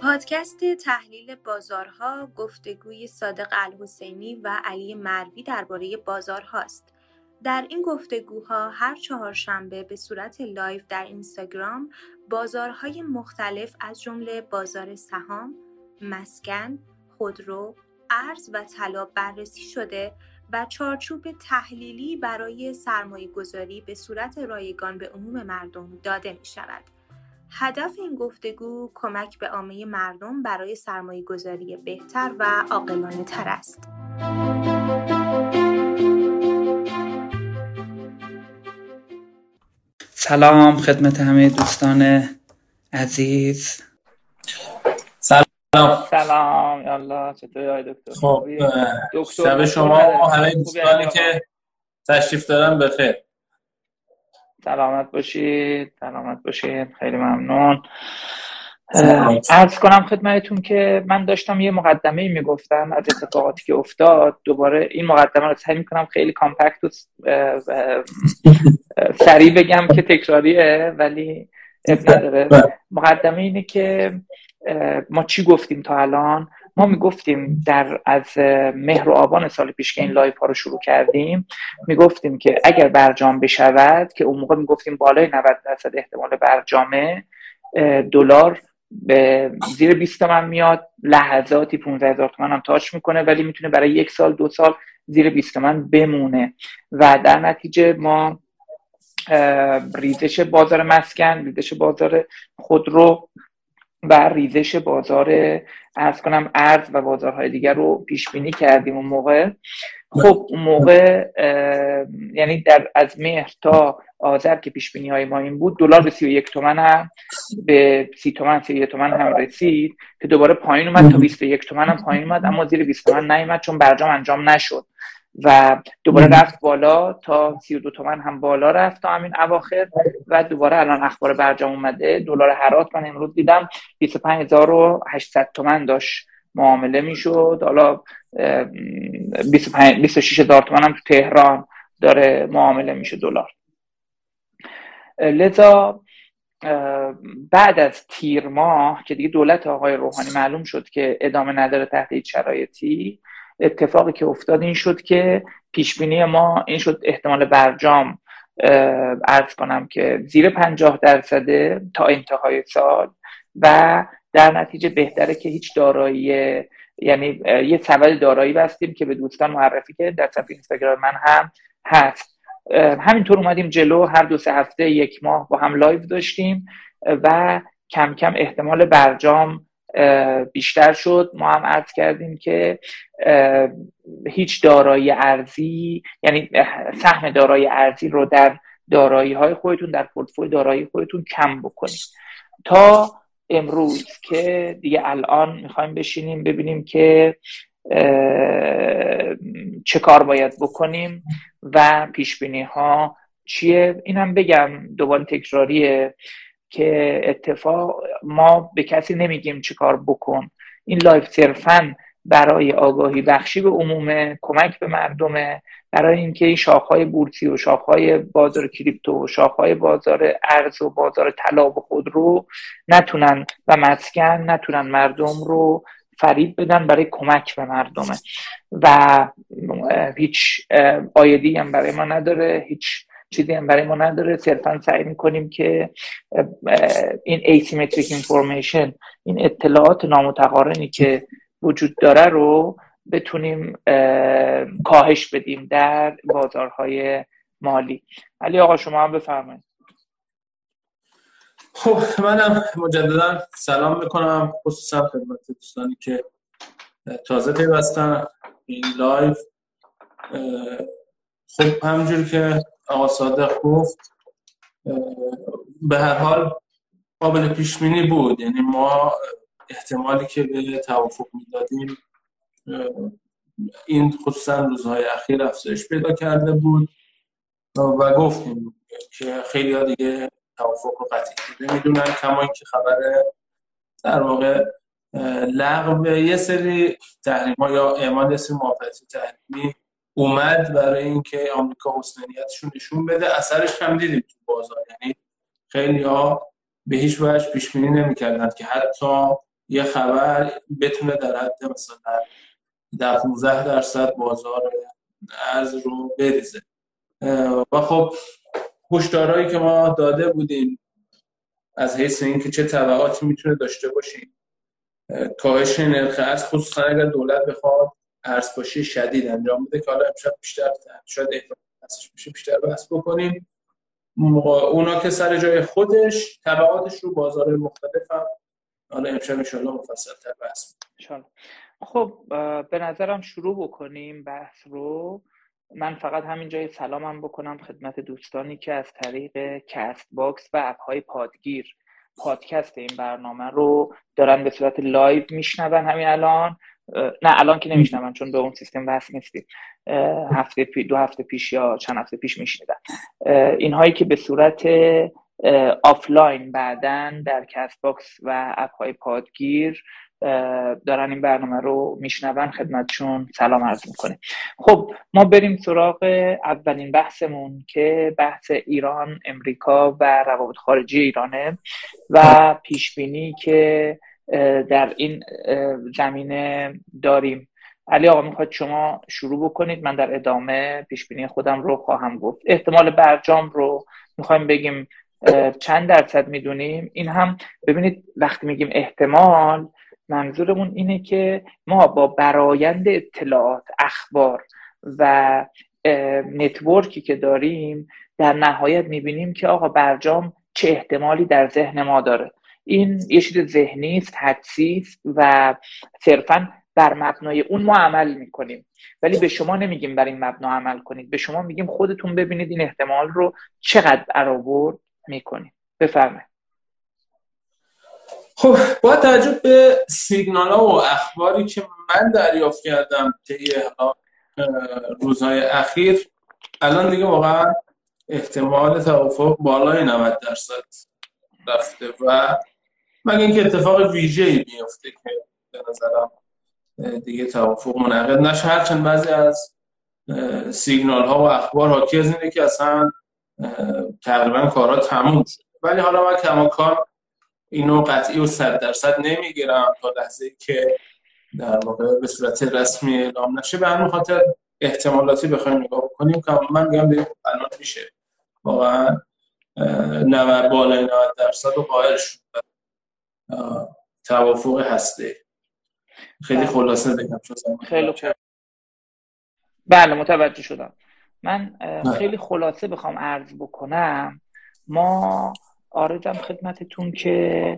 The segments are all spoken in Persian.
پادکست تحلیل بازارها گفتگوی صادق الحسینی و علی مروی درباره بازارهاست. در این گفتگوها هر چهارشنبه به صورت لایو در اینستاگرام بازارهای مختلف از جمله بازار سهام، مسکن، خودرو، ارز و طلا بررسی شده و چارچوب تحلیلی برای سرمایه‌گذاری به صورت رایگان به عموم مردم داده می شود. هدف این گفتگو کمک به عامه مردم برای سرمایه‌گذاری بهتر و عاقلانه تر است. سلام خدمت همه دوستان عزیز. سلام یالله، چطوری آقای دکتر؟ خب شب شما و همه دوستانی که تشریف دارن بخیر. سلامت باشید خیلی ممنون. عرض کنم خدمتتون که من داشتم یه مقدمه‌ای میگفتم از اتفاقاتی که افتاد. دوباره این مقدمه رو سعی میکنم خیلی کامپکت و سریع بگم که تکراریه ولی اب نداره. مقدمه اینه که ما چی گفتیم تا الان؟ ما میگفتیم از مهر و آبان سال پیش که این لایو ها رو شروع کردیم میگفتیم که اگر برجام بشود، که اون موقع میگفتیم بالای 90% احتمال برجامه، دلار به زیر 20 تومن میاد، لحظاتی 15,000 تومن هم تاچ میکنه ولی میتونه برای 1 سال 2 سال زیر 20 تومن بمونه و در نتیجه ما ریزش بازار مسکن، ریزش بازار خودرو و ریزش بازار ارز و بازارهای دیگر رو پیش بینی کردیم اون موقع. خب اون موقع یعنی از مهر تا آذر که پیش بینی های ما این بود، دلار به 31 تومن هم به 30 تومن 31 تومن هم رسید که دوباره پایین اومد تا 21 تومن هم پایین اومد، اما زیر 20 تومن نیومد چون برجام انجام نشد و دوباره رفت بالا تا 32 تومن هم بالا رفت تا همین اواخر و دوباره الان اخبار برجام اومده. دلار هرات من امروز دیدم 25800 تومن داشت معامله میشد، حالا 26000 تومن هم تو تهران داره معامله میشه دلار. لذا بعد از تیر ماه که دیگه دولت آقای روحانی معلوم شد که ادامه نداره تحت هیچ شرایطی، اتفاقی که افتاد این شد که پیش بینی ما این شد احتمال برجام عرض کنم که زیر 50% تا انتهای سال و در نتیجه بهتره که هیچ دارایی، یعنی یه سبد دارایی بستیم که به دوستان معرفی که در صفحه اینستاگرام من هم هست. همینطور اومدیم جلو، هر 2-3 هفته 1 ماه با هم لایو داشتیم و کم کم احتمال برجام بیشتر شد. ما هم عرض کردیم که هیچ دارایی ارزی، یعنی سهم دارایی ارزی رو در دارایی های خودتون، در پورتفوی دارایی خودتون کم بکنید تا امروز که دیگه الان میخوایم بشینیم ببینیم که چه کار باید بکنیم و پیش بینی ها چیه. اینم بگم دوباره تکراریه که اتفاق ما به کسی نمیگیم چه کار بکن، این لایو صرفاً برای آگاهی بخشی به عموم، کمک به مردمه، برای اینکه این شاخهای بورسی و شاخهای بازار کریپتو و شاخهای بازار ارز و بازار طلا و خودرو نتونن و مسکن نتونن مردم رو فریب بدن، برای کمک به مردمه و هیچ آیدی هم برای ما نداره، هیچ چیزی هم برای ما نداره. صرفا سعی میکنیم که این asymmetric information، این اطلاعات نامتقارنی که وجود داره رو بتونیم کاهش بدیم در بازارهای مالی. علی آقا شما هم بفرمایید. خب منم مجددا سلام میکنم، خصوصا خدمت دوستانی که تازه پیوستن این لایو. خب همونجوری که آقا صادق گفت به هر حال قابل پیش بینی بود، یعنی ما احتمالی که به توافق میدادیم این خصوصا روزهای اخیر افزایش پیدا کرده بود و گفتیم که خیلی ها دیگه توافق رو قطعی شده میدونن، کما اینکه خبر در واقع لغو یه سری تحریم ها یا اعمال یه سری موافقت تحریمی اومد برای اینکه آمریکا حسنیتشون نشون بده. اثرش هم دیدیم تو بازار، یعنی خیلی ها به هیچ وجه پیش بینی نمی‌کردند که حتی یه خبر بتونه در حد مثلا 15% بازار ارز رو بریزه. و خب هشدارهایی که ما داده بودیم از حیث اینکه چه تبعاتی میتونه داشته باشیم، کاهش نرخ ارز خصوصا اگر دولت بخواد ارزپاشی شدید انجام بده که حالا امشب بیشتر شاید احتمالش بشه بیشتر بحث بکنیم، اونا که سر جای خودش تبعاتش رو بازار مختلف هم حالا امشب انشالله مفصل‌تر بحث می‌کنیم. خب به نظرم شروع بکنیم بحث رو. من فقط همین جای سلامم بکنم خدمت دوستانی که از طریق کست باکس و اپ‌های پادگیر پادکست این برنامه رو دارن به صورت لایو میشنون همین الان. نه الان که نمیشنون چون به اون سیستم وصل نیستیم، دو هفته پیش یا چند هفته پیش میشنیدن. اینهایی که به صورت آفلاین بعدن در کست باکس و اپ‌های پادگیر دارن این برنامه رو میشنون خدمتشون سلام عرض میکنیم. خب ما بریم سراغ اولین بحثمون که بحث ایران، امریکا و روابط خارجی ایرانه و پیشبینی که در این زمینه داریم. علی آقا میخواد شما شروع بکنید، من در ادامه پیشبینی خودم رو خواهم گفت. احتمال برجام رو میخوایم بگیم چند درصد میدونیم. این هم ببینید وقتی میگیم احتمال منظورمون اینه که ما با برآیند اطلاعات، اخبار و نتورکی که داریم در نهایت میبینیم که آقا برجام چه احتمالی در ذهن ما داره. این یه چیز ذهنی است، حدسی است و صرفاً بر مبنای اون ما عمل میکنیم، ولی به شما نمیگیم بر این مبنا عمل کنید، به شما میگیم خودتون ببینید این احتمال رو چقدر برآورد میکنید. بفرمایید. خب با توجه به سیگنال‌ها و اخباری که من دریافت کردم طی روزهای اخیر، الان دیگه واقعا احتمال توافق بالای 90% رفته و مگه اینکه اتفاق ویژه‌ای بیفته که به نظرم دیگه توافق منعقد نشه، هرچند بعضی از سیگنال‌ها و اخبار حاکی از اینه که اصلا تقریبا کارها تموم شد، ولی حالا من کماکان اینو قطعی و 100% نمیگیرم تا لحظه‌ای که در واقع به صورت رسمی اعلام نشه. به همین خاطر احتمالاتی بخوایم نگاه بکنیم که من میگم الان میشه واقعا 90 بالای 90% رو قائل شد توافق هسته. خیلی خلاصه بگم خیلی خوب. بله متوجه شدم. من خیلی خلاصه بخوام عرض بکنم، ما آرزم خدمتتون که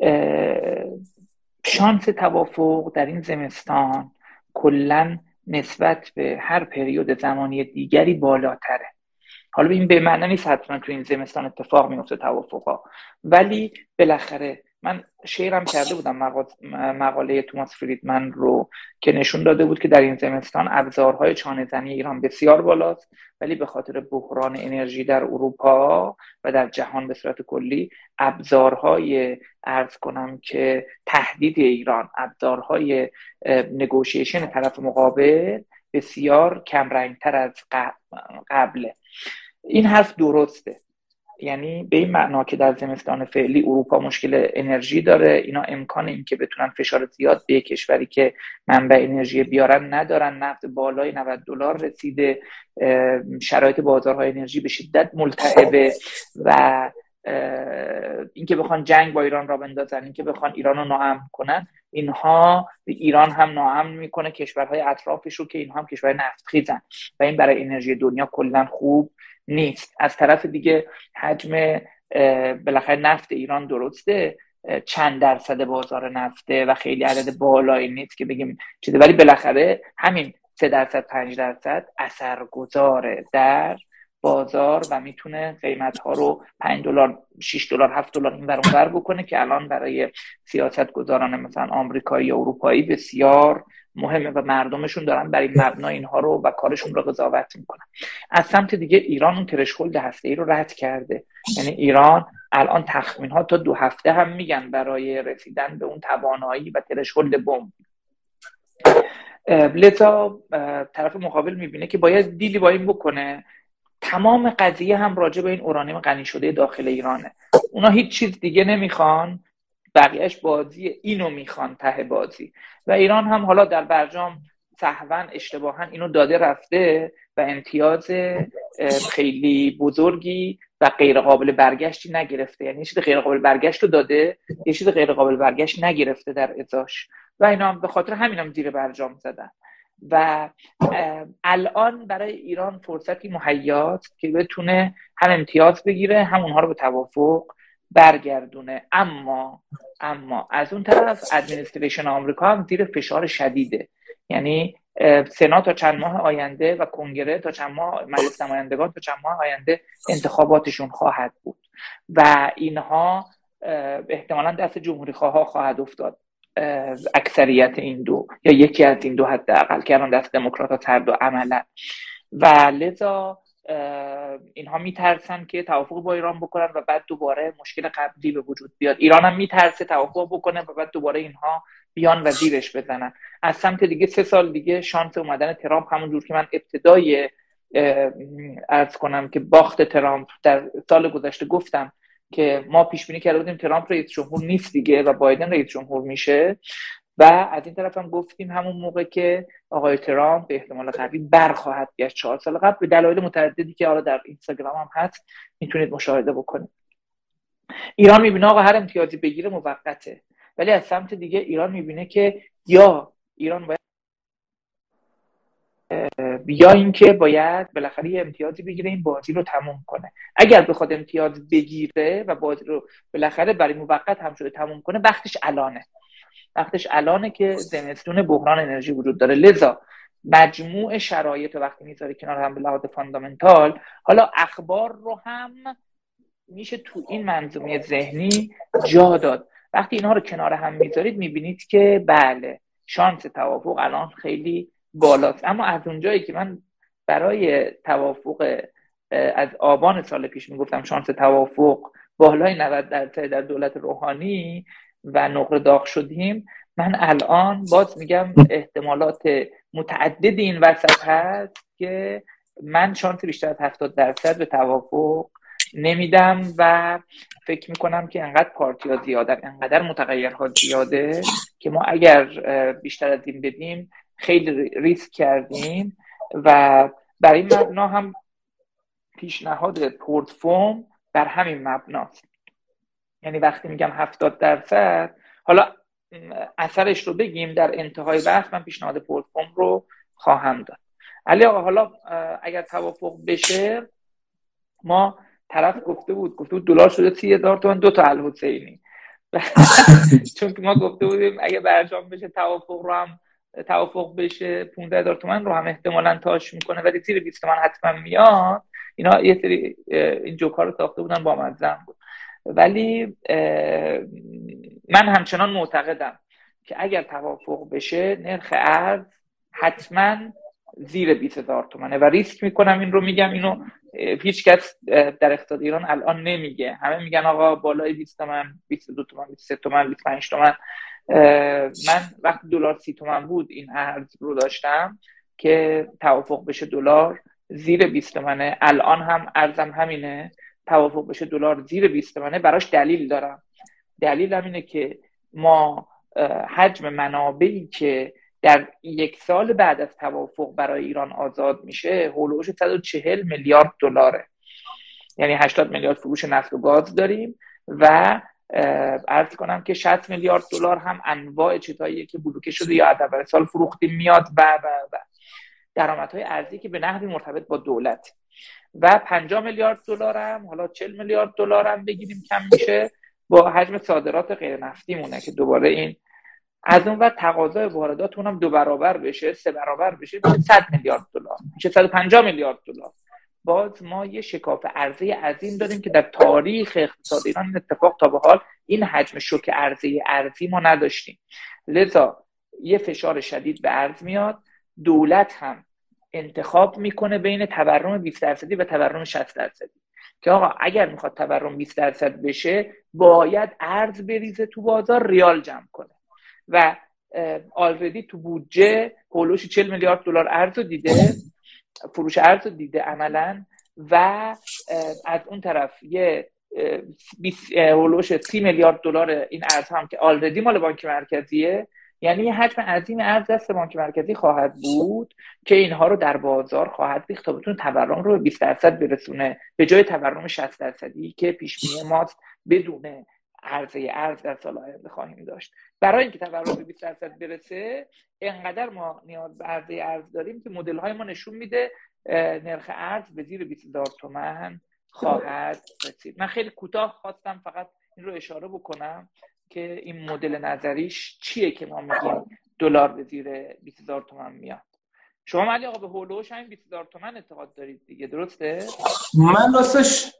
شانس توافق در این زمستان کلن نسبت به هر پریود زمانی دیگری بالاتره. حالا این به معنی نیست حتما تو این زمستان اتفاق میفته توافقا، ولی بالاخره من شیرم کرده بودم مقاله توماس فریدمن رو که نشون داده بود که در این زمستان ابزارهای چانه‌زنی ایران بسیار بالاست، ولی به خاطر بحران انرژی در اروپا و در جهان به صورت کلی ابزارهای عرض کنم که تهدید ایران، ابزارهای نگوشیشن طرف مقابل بسیار کم رنگتر از قبله. این حرف درسته، یعنی به این معنا که در زمستان فعلی اروپا مشکل انرژی داره، اینا امکان این که بتونن فشار زیاد به کشوری که منبع انرژی بیارن ندارن، نفت بالای $90 رسیده، شرایط بازارهای انرژی به شدت ملتهبه و اینکه بخوان جنگ با ایران را بندازن، اینکه بخوان ایران رو ناامن کنن، اینها ایران هم ناامن میکنه کشورهای اطرافش رو که اینها هم کشورهای نفتخیزن و این برای انرژی دنیا کلا خوب نیست. از طرف دیگه حجم بالاخره نفت ایران درسته چند درصد بازار نفته و خیلی عدد بالایی نیست که بگیم چیزی، ولی بالاخره همین 3% 5% اثرگذاره در بازار و میتونه قیمت‌ها رو $5 $6 $7 این ور اون ور بکنه که الان برای سیاستگزاران مثلا آمریکایی یا اروپایی بسیار مهمه و مردمشون دارن برای مبنا اینها رو و کارشون رو قضاوت میکنن. از سمت دیگه ایران اون ترشولد هسته‌ای رو رد کرده، یعنی ایران الان تخمین‌ها تا 2 هفته هم میگن برای رسیدن به اون توانایی و ترشولد بمب. لذا طرف مقابل میبینه که باید دیلی با این بکنه. تمام قضیه هم راجع به این اورانیوم غنی شده داخل ایرانه. اونا هیچ چیز دیگه نمیخوان بقیهش بازی اینو میخوان ته بازی. و ایران هم حالا در برجام سهواً اشتباهاً اینو داده رفته و امتیاز خیلی بزرگی و غیر قابل برگشتی نگرفته. یعنی چیز غیر قابل برگشت رو داده، یه چیز غیر قابل برگشت نگرفته در ازاش، و اینا هم به خاطر همین هم زیر برجام زدن. و الان برای ایران فرصتی مهیاست که بتونه هم امتیاز بگیره هم اونها رو به توافق برگردونه. اما از اون طرف ادمنستریشن آمریکا هم زیر فشار شدیده. یعنی سنا تا چند ماه آینده و کنگره تا چند ماه، مجلس نمایندگان تا چند ماه آینده انتخاباتشون خواهد بود و اینها احتمالاً دست جمهوری خواه خواهد افتاد، اکثریت این دو یا یکی از این دو حداقل، که الان دست دموکرات هر دو عملا. و لذا اینها میترسن که توافق با ایران بکنن و بعد دوباره مشکل قبلی به وجود بیاد. ایران هم میترسه توافق بکنه و بعد دوباره اینها بیان و زیرش بزنن. از سمت دیگه 3 سال دیگه شانس اومدن ترامپ، همونجور که من ابتدای عرض کنم که باخت ترامپ در سال گذشته گفتم که ما پیش بینی کرده بودیم ترامپ رئیس جمهور نیست دیگه و بایدن رئیس جمهور میشه، و از این طرف هم گفتیم همون موقع که آقای ترامپ به احتمال قوی برخواهد گشت 4 سال قبل به دلایل متعددی که حالا در اینستاگرام هم هست، میتونید مشاهده بکنید. ایران میبینه آقا هر امتیازی بگیره موقته، ولی از سمت دیگه ایران میبینه که یا ایران باید اینکه باید بالاخره یه امتیازی بگیره این بازی رو تموم کنه. اگر بخواد امتیاز بگیره و بازی رو بالاخره برای موقت هم شده تموم کنه، وقتش الانه که زمستون بحران انرژی وجود داره. لذا مجموع شرایط وقتی میذاره کنار هم به لحاظ فاندامنتال، حالا اخبار رو هم میشه تو این منظومه ذهنی جا داد. وقتی اینها رو کنار هم میذارید میبینید که بله شانس توافق الان خیلی بالاست. اما از اونجایی که من برای توافق از آبان سال پیش میگفتم شانس توافق بالای 90% در دولت روحانی و نقره داغ شدیم، من الان باز میگم احتمالات متعدد این وسط هست که من شانس بیشتر از 70% به توافق نمیدم و فکر میکنم که انقدر پارتیا زیادن، انقدر متغیرها زیاده که ما اگر بیشتر از این بدیم خیلی ریسک کردیم. و برای این مبنا هم پیشنهاد پورتفوم بر همین مبناست. یعنی وقتی میگم 70%، حالا اثرش رو بگیم در انتهای بحث، من پیشنهاد پورتفوم رو خواهم داد. علی آقا حالا اگر توافق بشه، ما طرف گفته بود دلار شده 30,000 تومان 2 تا الحسینی چون که ما گفته بودیم اگه برجام بشه توافق بشه 15,000 تومان رو هم احتمالاً تاش میکنه، ولی زیر 20 تومان حتما میاد. اینا یه سری این جوکا رو ساخته بودن با مزه بود. ولی من همچنان معتقدم که اگر توافق بشه نرخ ارز حتما زیر 20,000 تومانه و ریسک میکنم این رو میگم، اینو هیچ کس در اقتصاد ایران الان نمیگه. همه میگن آقا بالای 20 تومن، 22 تومن، 23 تومن، 25 تومن. من وقتی دلار 30 تومن بود این ارز رو داشتم که توافق بشه دلار زیر 20 تومنه. الان هم ارزم همینه، توافق بشه دلار زیر 20 تومنه. براش دلیل دارم. دلیلم اینه که ما حجم منابعی که در 1 سال بعد از توافق برای ایران آزاد میشه هولوش 140 میلیارد دلاره. یعنی 80 میلیارد فروش نفت و گاز داریم و عرض کنم که 60 میلیارد دلار هم انواع چیزاییه که بلوکه شده یا از اول سال فروختیم میاد و درآمدهای ارزی که به نحوی مرتبط با دولت. و 50 میلیارد دلار هم، حالا 40 میلیارد دلار هم بگیریم کم میشه با حجم صادرات غیر نفتی مونه که دوباره این از اون وقت تقاضای وارداتون هم 2 برابر بشه، 3 برابر بشه، میشه 100 میلیارد دلار، میشه 150 میلیارد دلار. باز ما یه شکاف ارزی عظیم داریم که در تاریخ اقتصاد ایران اتفاق تا به حال این حجم شوک ارزی ما نداشتیم. لذا یه فشار شدید به ارز میاد. دولت هم انتخاب میکنه بین تورم 20% و تورم 60% که آقا اگر میخواد تورم 20% بشه باید ارز بریزه تو بازار، ریال جمع کنه. و آلردی تو بودجه هولوش 40 میلیارد دلار ارز رو دیده، فروش ارز رو دیده عملاً. و از اون طرف یه هولوش 30 میلیارد دلار این ارز هم که آلردی مال بانک مرکزیه، یعنی یه حجم عظیم ارز دست بانک مرکزی خواهد بود که اینها رو در بازار خواهد ریخت تا بتونه تورم رو به 20% برسونه، به جای تورم 60% که پیش بینی ماست بدون عرضه ارز در سال آینده خواهیم داشت. برای اینکه تورم به 20% برسه انقدر ما نیاز به عرضه ارز داریم که مدل های ما نشون میده نرخ ارز به زیر 20,000 تومان خواهد رسید. من خیلی کوتاه خواستم فقط این رو اشاره بکنم که این مدل نظریش چیه که ما میگیم دلار به زیر 20,000 تومان میاد. شما علی آقا به هولوش همین 20,000 تومان اعتقاد دارید دیگه، درسته؟ من راستش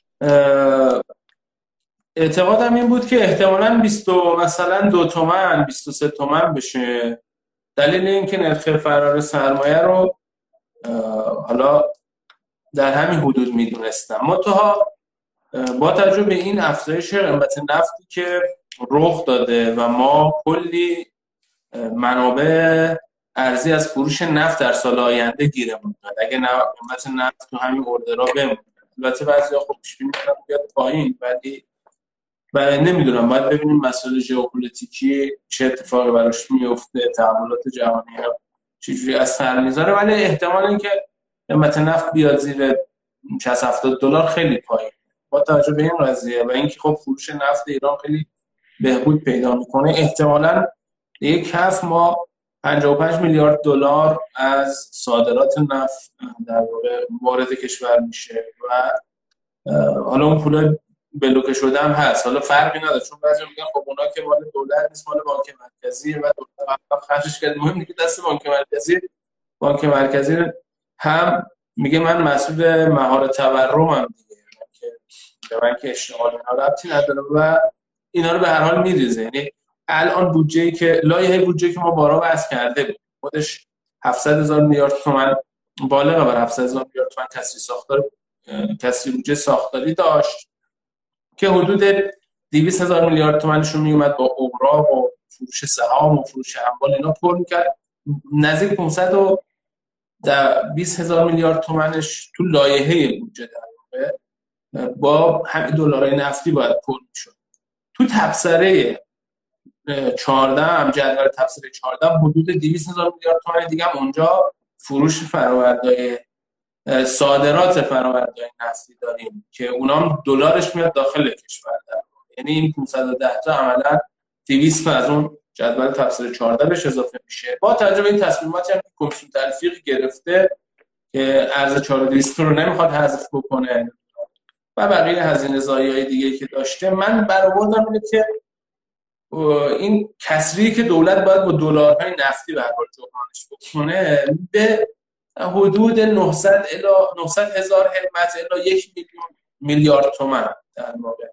اعتقادم این بود که احتمالاً مثلا 2 تومن 23 تومن بشه. دلیل این که نرخ فرار سرمایه رو حالا در همین حدود میدونستم. منتها با توجه به این افزایش قیمت نفتی که رخ داده و ما کلی منابع ارزی از فروش نفت در سال آینده گیرمون میاد، اگه قیمت نفت تو همین اوردرها بمونه، البته بعضیا خب پیش بینی می‌کنن بیاد پایین، ولی نمیدونم، باید ببینیم مسائل ژئوپلیتیکی چه اتفاقی براش میفته، تحولات جهانی چجوری اثر میذاره، ولی احتمال اینکه قیمت نفت بیاد زیر 60-70 دلار خیلی پایین با توجه به این قضیه و اینکه خب فروش نفت ایران خیلی بهبود پیدا میکنه. احتمالاً یک کف ما 55 میلیارد دلار از صادرات نفت در واقع وارد کشور میشه و حالا اون پول بلوکه شده هم هست. حالا فرقی نداره، چون بعضی میگن خب اونا که مال دولت نیست، مال بانک مرکزیه و دولت خرجش کرده، مهم اینه که دست بانک مرکزی هم میگه من مسئول مهار تورمم دیگه، که به من که اشتغال اینا ربطی نداره و اینا رو به هر حال میریزه. یعنی الان بودجه‌ای که لایحه بودجه که ما بارها بحث کرده بود خودش 700,000 میلیارد تومان بالغ بر 700,000 میلیارد تومان کسری بودجه ساختاری داشت که حدود 200,000 میلیارد تومانشون میومد با اوراق و فروش سهام و فروش اموال اینا پر میکرد. نزدیک 520,000 میلیارد تومانش تو لایحه بودجه در واقع با همین دلارای نفتی باید پر میشد. تو تبصره 14 هم جدول تبصره 14 حدود 200,000 میلیارد تومان دیگه هم اونجا فروش فرآوردهای صادرات فرآوردهای نفتی داریم که اونام دلارش میاد داخل کشور در واقع. یعنی این 510 تا عملاً 200 از اون جدول تبصره 14 بهش اضافه میشه. با توجه به این تصمیماتی هم که کمیسیون تلفیق گرفته که ارز 4200 رو نمیخواد حذف بکنه و بقیه هزینه زایی‌های دیگه که داشته، من برآوردم اینه که این کسری که دولت باید با دلارهای نفتی به هر حال جبرانش بکنه به حدود 900,000 همت الی 1 میلیارد تومان در واقع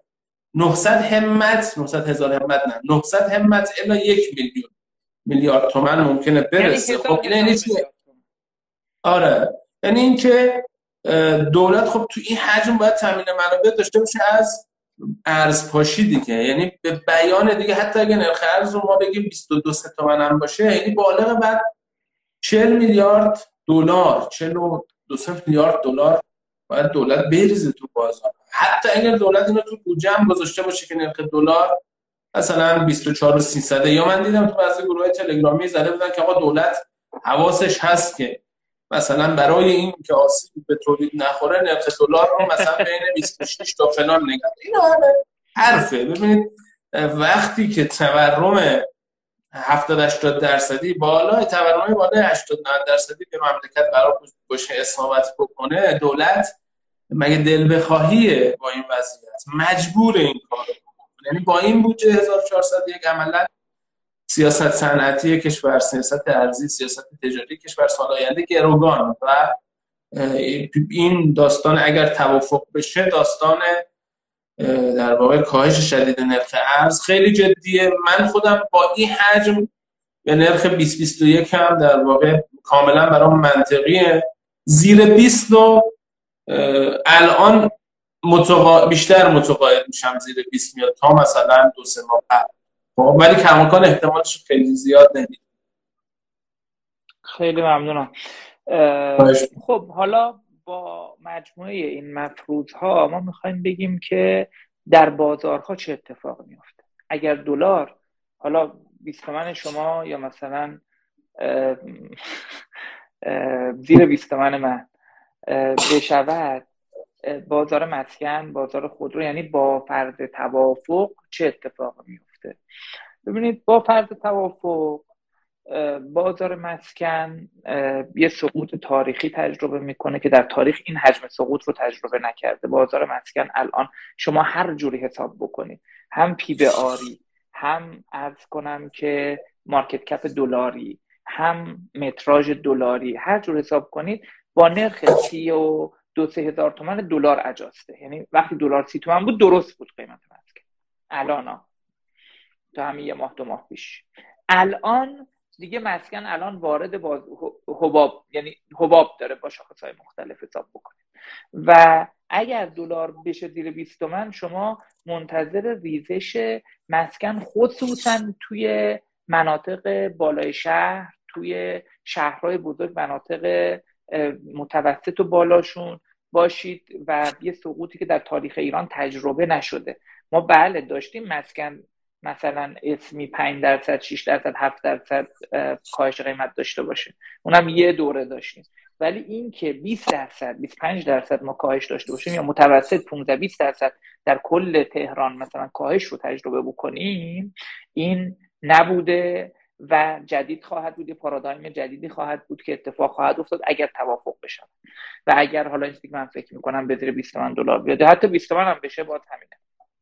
900,000 همت نه 900 همت الی 1 میلیارد تومان ممکنه برسه. خب این آره، یعنی اینکه دولت خب تو این حجم باید تامین منابع داشته باشه از ارزپاشی دیگه، یعنی به بیان دیگه حتی اگه نرخ ارز رو ما بگیم 22 تومن هم باشه، یعنی بالغ بر 40 میلیارد دلار 42 میلیارد دلار باید دولت بریزه تو بازار. حتی اگر دولت اینو تو بودجه هم گذاشته باشه که نرخ دلار مثلا 24,300، یا من دیدم تو بعضی گروه تلگرامی زده بودن که آقا دولت حواسش هست که مثلا برای این که آسیب به تولید نخوره نرخ دلار رو مثلا بین 26 تا فلان نگه. این حرفه. ببینید وقتی که تورم 70-80% بالای تورم بالای 80-90% به مملکت قرار باشه اصابت بکنه، دولت مگه دل بخواهیه با این وضعیت مجبور این کارو بکنه. یعنی با این بودجه 1401 عملاً سیاست صنعتی کشور، سیاست ارزی، سیاست تجاری کشور سال آینده گروگان و این داستان اگر توافق بشه داستان در واقع کاهش شدید نرخ ارز خیلی جدیه. من خودم با این حجم به نرخ 2021 هم در واقع کاملا برام منطقیه. زیر 20 رو الان بیشتر متقاعد میشم زیر 20 میاد تا مثلا 2-3 ماه بعد، ولی کماکان احتمالش خیلی زیاد نمیده. خیلی ممنونم. خب حالا با مجموعه این مفروضها ما میخوایم بگیم که در بازارها چه اتفاق میفته. اگر دلار حالا 20 تومن شما یا مثلا زیر 20 تومن من بشود، بازار مسکن، بازار خودرو، یعنی با فرض توافق چه اتفاق میفته؟ ببینید با فرض توافق بازار مسکن یه سقوط تاریخی تجربه میکنه که در تاریخ این حجم سقوط رو تجربه نکرده. بازار مسکن الان شما هر جوری حساب بکنید، هم پی به آری، هم عرض کنم که مارکت کپ دلاری، هم متراژ دلاری، هر جور حساب کنید با نرخ 32-33 هزار تومان دلار اجاسته. یعنی وقتی دلار 30 تومن بود درست بود قیمت مسکن. الان تا همین یه ماه 2 ماه پیش، الان دیگه مسکن الان وارد حباب، یعنی حباب داره با شاخص‌های مختلف حساب بکنید و اگر دلار بشه زیر 20 تومن شما منتظر ریزش مسکن خصوصا توی مناطق بالای شهر، توی شهرهای بزرگ، مناطق متوسط و بالاشون باشید و یه سقوطی که در تاریخ ایران تجربه نشده. ما بله داشتیم مسکن مثلا اسمی 5%، 6%، 7% کاهش قیمت داشته باشه، اونم یه دوره داشتیم، ولی این که 20%، 25% ما کاهش داشته باشیم یا متوسط 15-20% در کل تهران مثلا کاهش رو تجربه بکنیم، این نبوده و جدید خواهد بود. پارادایم جدیدی خواهد بود که اتفاق خواهد افتاد اگر توافق بشه و اگر حالا این من فکر میکنم به زیر 20 تومن دلار بیاد، حتی 20 تومن هم بشه باز همینه.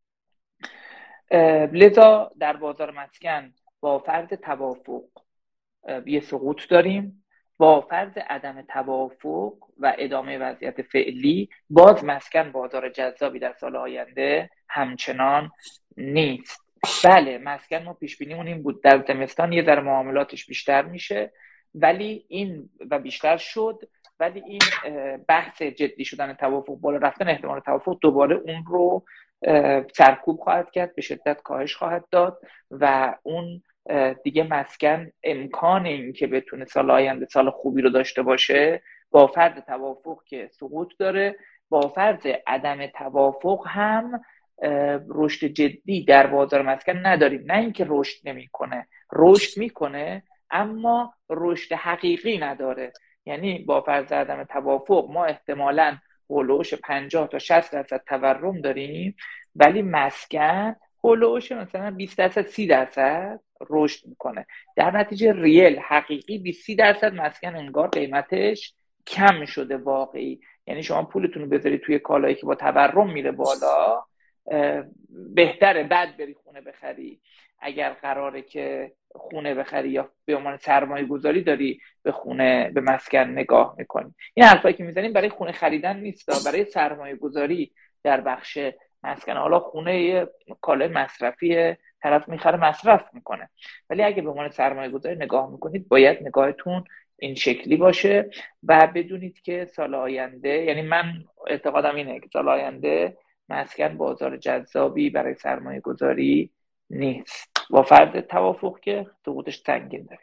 لذا در بازار مسکن با فرض توافق یه سقوط داریم، با فرض عدم توافق و ادامه وضعیت فعلی باز مسکن بازار جذابی در سال آینده همچنان نیست. بله مسکن ما پیش بینیمون این بود در زمستان یه ذره معاملاتش بیشتر میشه ولی این و بیشتر شد، ولی این بحث جدی شدن توافق، بالا رفتن احتمال توافق دوباره اون رو سرکوب خواهد کرد، به شدت کاهش خواهد داد و اون دیگه مسکن امکان این که بتونه سال آینده سال خوبی رو داشته باشه با فرض توافق که سقوط داره، با فرض عدم توافق هم رشد جدی در بازار مسکن نداریم. نه اینکه رشد نمیکنه، رشد میکنه اما رشد حقیقی نداره. یعنی با فرض عدم توافق ما احتمالاً هولوش 50 تا 60% تورم داریم ولی مسکن هولوش مثلا 20% 30% رشد میکنه. در نتیجه ریل حقیقی 20-30% مسکن انگار قیمتش کم شده واقعی. یعنی شما پولتون رو بذارید توی کالایی که با تورم میره بالا، بهتره بعد بری خونه بخری. اگر قراره که خونه بخری یا به عنوان سرمایه گذاری داری به خونه، به مسکن نگاه میکنی. این حرفایی که میزنیم برای خونه خریدن نیست، برای سرمایه گذاری در بخش مسکن. حالا خونه یه کالای مصرفی، طرف میخره مصرف میکنه، ولی اگه به عنوان سرمایه گذاری نگاه میکنید باید نگاهتون این شکلی باشه و بدونید که سال آینده، یعنی من اعتقادم اینه که سال آینده مسکن بازار جذابی برای سرمایه گذاری نیست، با فرض توافق که سقوطش سنگین داره.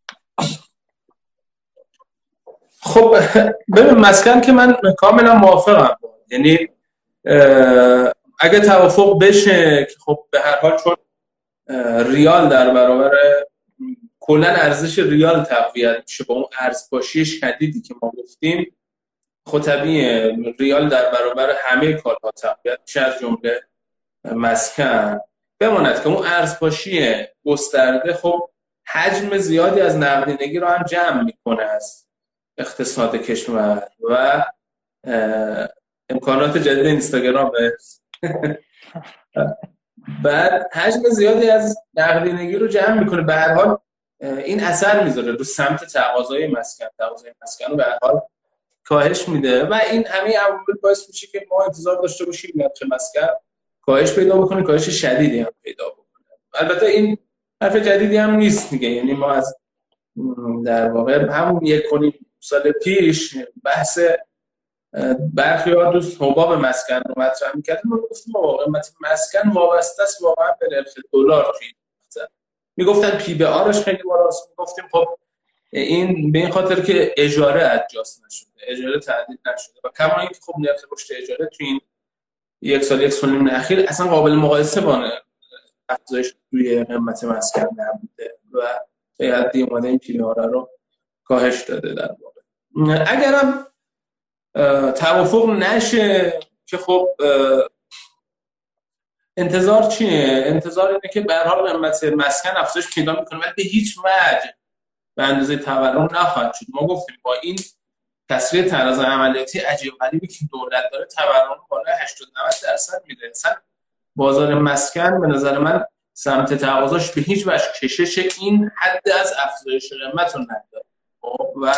خب ببین مسکن که من کاملا موافقم، یعنی اگه توافق بشه که خب به هر حال چون ریال در برابر کلا ارزش ریال تقویت میشه با اون ارزپاشی شدیدی که ما گفتیم، خب طبیعیه ریال در برابر همه کالاها تقویت میشه از جمله مسکن. بماند که اون ارزپاشی گسترده خب حجم زیادی از نقدینگی رو هم جمع میکنه از اقتصاد کشور و امکانات جدید اینستاگرام بعد حجم زیادی از نقدینگی رو جمع میکنه. به هر حال این اثر میذاره رو سمت تقاضای مسکن رو به هر حال کاهش میده و این همه عوامل باعث میشه که ما انتظار داشته باشیم نرخ مسکن کاهش پیدا بکنه، کاهش شدیدی هم پیدا بکنه. البته این حرف جدیدی هم نیست دیگه، یعنی ما از در واقع همون 1.5 سال پیش بحث برخی ها دوست حباب مسکن رو مطرح می‌کردیم. ما گفتیم واقعا مسکن وابسته است واقعا به نرخ دلار. میگفتن پی به آرش خیلی بالاست، میگفتیم خب این به این خاطر که اجاره ادجاست نشده، اجاره تعدیل نشده و کما اینکه خب نرخ رشد اجاره تو این یک سال یک سال نیم اخیر اصلا قابل مقایسه با افزایش توی قیمت مسکن نبوده و به حدی اومده این پیره‌ها رو کاهش داده. در واقع اگرم توافق نشه که خب انتظار چیه؟ انتظار اینه که به هر حال قیمت مسکن افزایش پیدا میکنه ولی به هیچ وجه به اندازه تورم نخواهد شد. ما گفتیم با این تسریع تراز عملیاتی عجیب غریبی که دولت داره تورم بالای 80-90% میده. اصلا بازار مسکن به نظر من سمت تقاضاش به هیچ وجه کشش این حد از افزایش قیمت رو نداره و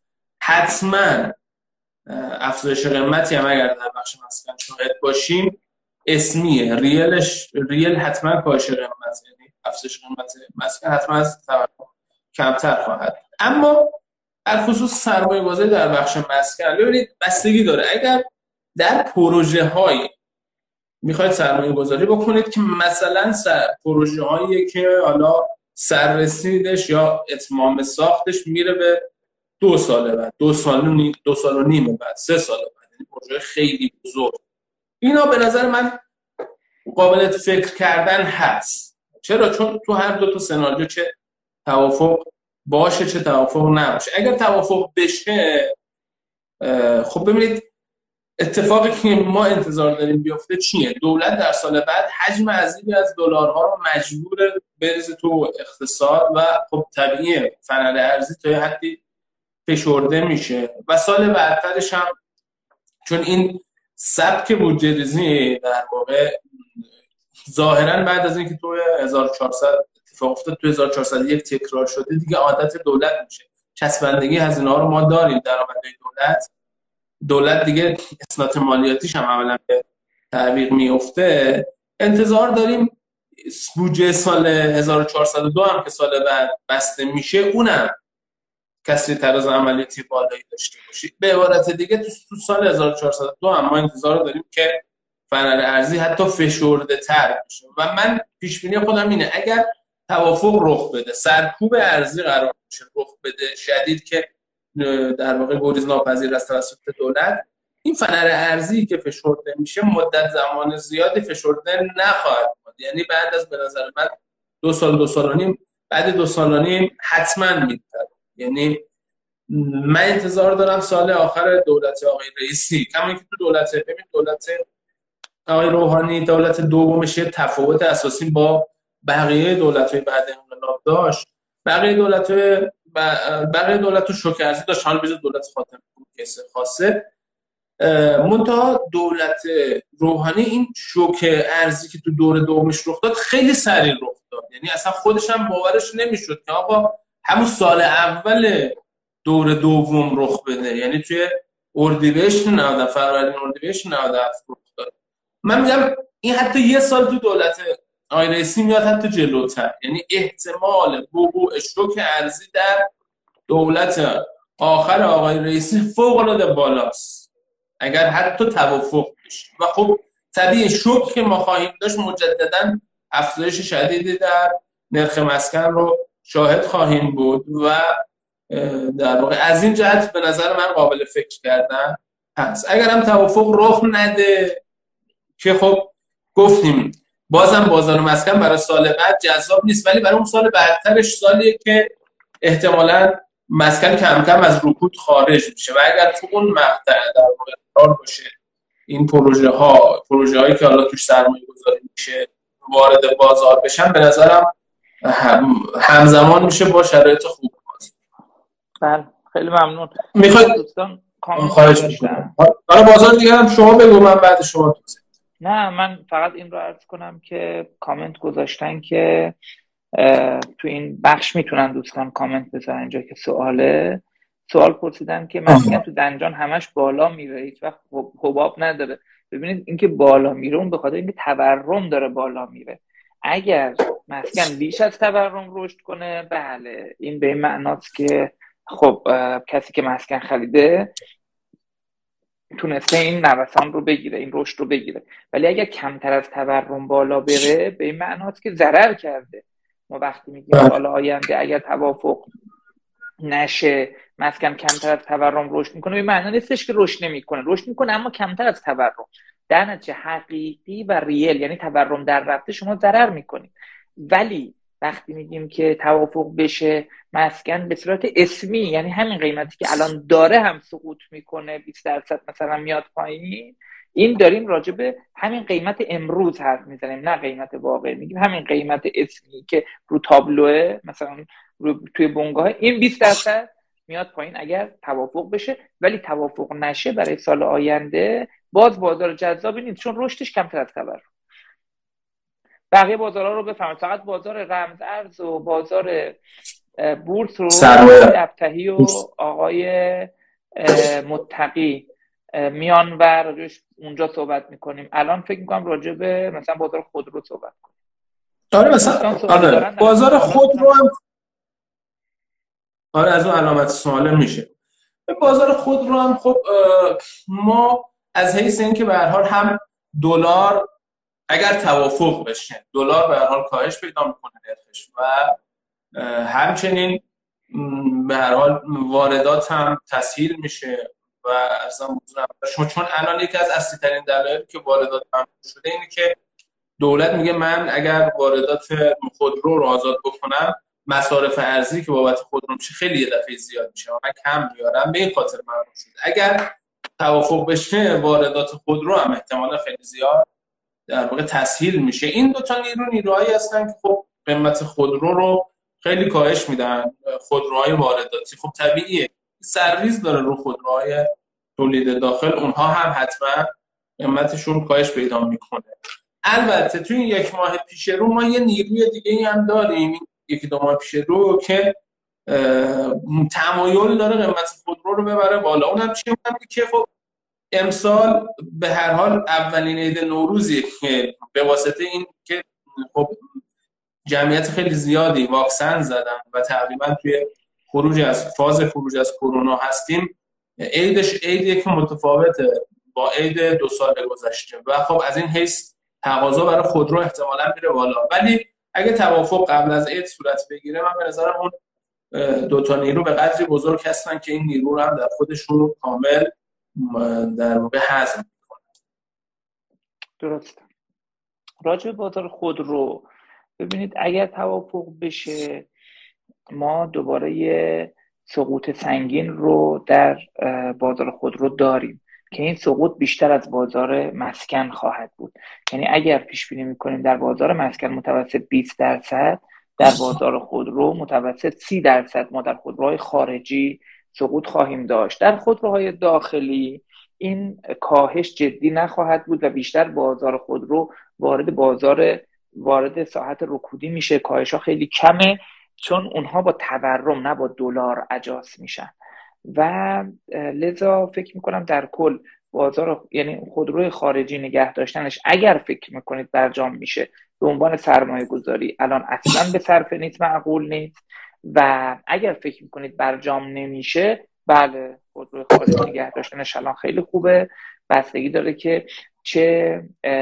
حتما افزایش قیمتی هم اگر در بخش مسکن شاهد باشیم اسمیه، ریل حتما کاهش قیمت، یعنی افزایش قیمت مسکن حتما از تورم کمتر خواهد. اما در خصوص سرمایه گذاری در بخش مسکن ببینید بستگی داره. اگر در پروژه هایی میخواید سرمایه گذاری بکنید که مثلا پروژه هایی که حالا سررسیدش یا اتمام ساختش میره به 2 سال بعد، 2 سال و نیم بعد، 3 سال بعد، یعنی پروژه خیلی بزرگ، اینا به نظر من قابل فکر کردن هست. چرا؟ چون تو هر دو تا سناریو چه توافق باشه چه توافق نباشه. اگر توافق بشه خب ببینید اتفاقی که ما انتظار داریم بیفته چیه؟ دولت در سال بعد حجم عظیمی از دلارها رو مجبور بریزه تو اقتصاد و خب طبیعیه فنر ارزی تا یه حدی فشرده میشه و سال بعدترش هم چون این سبک بودجه ریزی در واقع ظاهرا بعد از اینکه تو 1400 اتفاق افتاد تو 1401 تکرار شده دیگه عادت دولت میشه. چسبندگی هزینه ها رو ما داریم، درآمدهای دولت دیگه اصلاحات مالیاتیش هم عملا به تعویق میفته. انتظار داریم بودجه سال 1402 هم که سال بعد بسته میشه اونم کسری تراز عملیاتی بالایی داشته باشه. به عبارت دیگه تو سال 1402 هم ما انتظار داریم که فنر ارزی حتی فشرده تر بشه و من پیش بینی خودم اینه اگر توافق رخ بده، سرکوب ارزی قرار بشه رخ بده شدید که در واقع گریز ناپذیر است توسط دولت، این فنر ارزی که فشرده میشه مدت زمان زیادی فشرده نخواهد بود. یعنی بعد از به نظر من 2 سال 2 سال و نیم، بعد 2 سال و نیم حتما میتره. یعنی من انتظار دارم سال آخر دولت آقای رئیسی، کما اینکه تو دولت آقای روحانی دولت دومش یه تفاوت اساسی با بقیه دولت‌های بعد انقلاب داشت. بقیه دولت شوک ارزی داشت، حال بجز دولت خاتمی کیس خاصه. منتها دولت روحانی این شوک ارزی که تو دور دومش رخ داد خیلی سریع رخ داد، یعنی اصلا خودش هم باورش نمیشد که آقا همون سال اول دور دوم رخ بده، یعنی توی اردیبهشت 90 فروردین اردیبهشت 97 رخ داد. من میگم این حتی یه سال تو دولت آقای رئیسی میاد حتی جلوتر، یعنی احتمال وقوع شوک ارزی در دولت آخر آقای رئیسی فوق العاده بالاست اگر حتی توافق بشه. و خب طبیعی شوک که ما خواهیم داشت مجددا افزایش شدیدی در نرخ مسکن رو شاهد خواهیم بود و در واقع از این جهت به نظر من قابل فکر کردن هست. اگر هم توافق رخ نده که خب گفتیم بازم بازار مسکن برای سال بعد جذاب نیست، ولی برای اون سال بعدترش سالیه که احتمالاً مسکن کم کم از رکود خارج میشه و اگر تو اون مقطع در واقع قرار باشه این پروژه هایی که حالا توش سرمایه گذاری میشه وارد بازار بشن، به نظرم همزمان میشه با شرایط خوب. بله خیلی ممنون. میخواید دوستان خواهش میکنم حالا بازار دیگه هم شما بگو من بعد شما توضیح. نه من فقط این رو عرض کنم که کامنت گذاشتن که تو این بخش میتونن دوستان کامنت بذارن اینجا که سوال پرسیدن که مسکن تو دنجان همش بالا میره هیچ وقت حباب نداره. ببینید اینکه بالا میره اون به خاطر اینکه تورم داره بالا میره. اگر مسکن بیش از تورم رشد کنه بله این به این معناست که خب کسی که مسکن خریده تونسته این نوسان رو بگیره، این رشد رو بگیره. ولی اگر کمتر از تورم بالا بره به این معناست که ضرر کرده. ما وقتی میگیم سال آینده اگر توافق نشه مسکن کمتر از تورم رشد میکنه، به معنی نیستش که رشد نمیکنه، رشد میکنه اما کمتر از تورم. در نتیجه حقیقی و ریل، یعنی تورم در رفته، شما ضرر میکنید. ولی وقتی میگیم که توافق بشه مسکن به صورت اسمی، یعنی همین قیمتی که الان داره هم سقوط میکنه، 20% مثلا میاد پایین، این داریم راجع به همین قیمت امروز حرف میزنیم، نه قیمت واقعی. میگیم همین قیمت اسمی که رو تابلوه مثلا توی بنگاه، این 20% میاد پایین اگر توافق بشه. ولی توافق نشه برای سال آینده باز بازار جذابی نیست، چون رشدش کمتر از تورم. بقیه بازارها رو بفهمید، فقط بازار رمز ارز و بازار بورس رو آقای ابتهی و آقای متقی میان و راجعش اونجا صحبت میکنیم. الان فکر میکنم راجع به مثلا بازار خودرو صحبت کنیم. آره مثلا بازار خودرو هم از اون علامت سوال میشه. بازار خودرو هم خب ما از حیث اینکه به هر حال هم دلار اگر توافق بشه دلار به هر حال کاهش پیدا میکنه نرخش و همچنین به هر حال واردات هم تسهیل میشه و اصلا چون الان یکی از اصلی ترین دلایلی که واردات هم شده اینه که دولت میگه من اگر واردات خودرو رو آزاد بکنم مصارف ارزی که بابت خودرو میشه خیلی یه دفعه زیاد میشه و من کم میارم، به این خاطر ممنوع شد. اگر توافق بشه واردات خودرو هم احتمالا خیلی زیاد در واقع تسهیل میشه. این دو تا نیروهایی هستن که خب قیمت خودرو رو خیلی کاهش میدن. خودروهای وارداتی خب طبیعیه سرریز داره رو خودروهای تولید داخل، اونها هم حتما قیمتشون کاهش پیدا میکنه. البته توی این یک ماه پیش رو ما یه نیروی دیگه هم داریم، یکی دو ماه پیش رو که تمایل داره قیمت خودرو رو ببره بالا. اونم چیه؟ اونم که خب امسال به هر حال اولین عید نوروزی که به واسطه این که خب جمعیت خیلی زیادی واکسن زدن و تقریبا توی فاز خروج از کرونا هستیم، عیدش عیدی که متفاوته با عید 2 سال گذشته و خب از این حیث تقاضا برای خودرو احتمالاً میره بالا. ولی اگه توافق قبل از عید صورت بگیره من به نظرم اون دو تا نیرو به قدری بزرگ هستن که این نیرو رو هم در خودشون کامل در واقع هضم میکنه. درسته. راجع به بازار خودرو ببینید اگر توافق بشه ما دوباره یه سقوط سنگین رو در بازار خودرو داریم که این سقوط بیشتر از بازار مسکن خواهد بود. یعنی اگر پیش بینی میکنیم در بازار مسکن متوسط 20%، در بازار خودرو متوسط 30% ما در خودروهای خارجی سقوط خواهیم داشت. در خودروهای داخلی این کاهش جدی نخواهد بود و بیشتر بازار خودرو وارد ساحت رکودی میشه. کاهش ها خیلی کمه چون اونها با تورم نه با دلار اجاس میشن و لذا فکر میکنم در کل بازار یعنی خودروی خارجی نگه داشتنش اگر فکر میکنید برجام میشه به عنوان سرمایه گذاری الان اصلا به صرفه نیست، معقول نیست. و اگر فکر میکنید برجام نمیشه، بله خودروی خارجی نگه داشتنش الان خیلی خوبه. بستگی داره که چه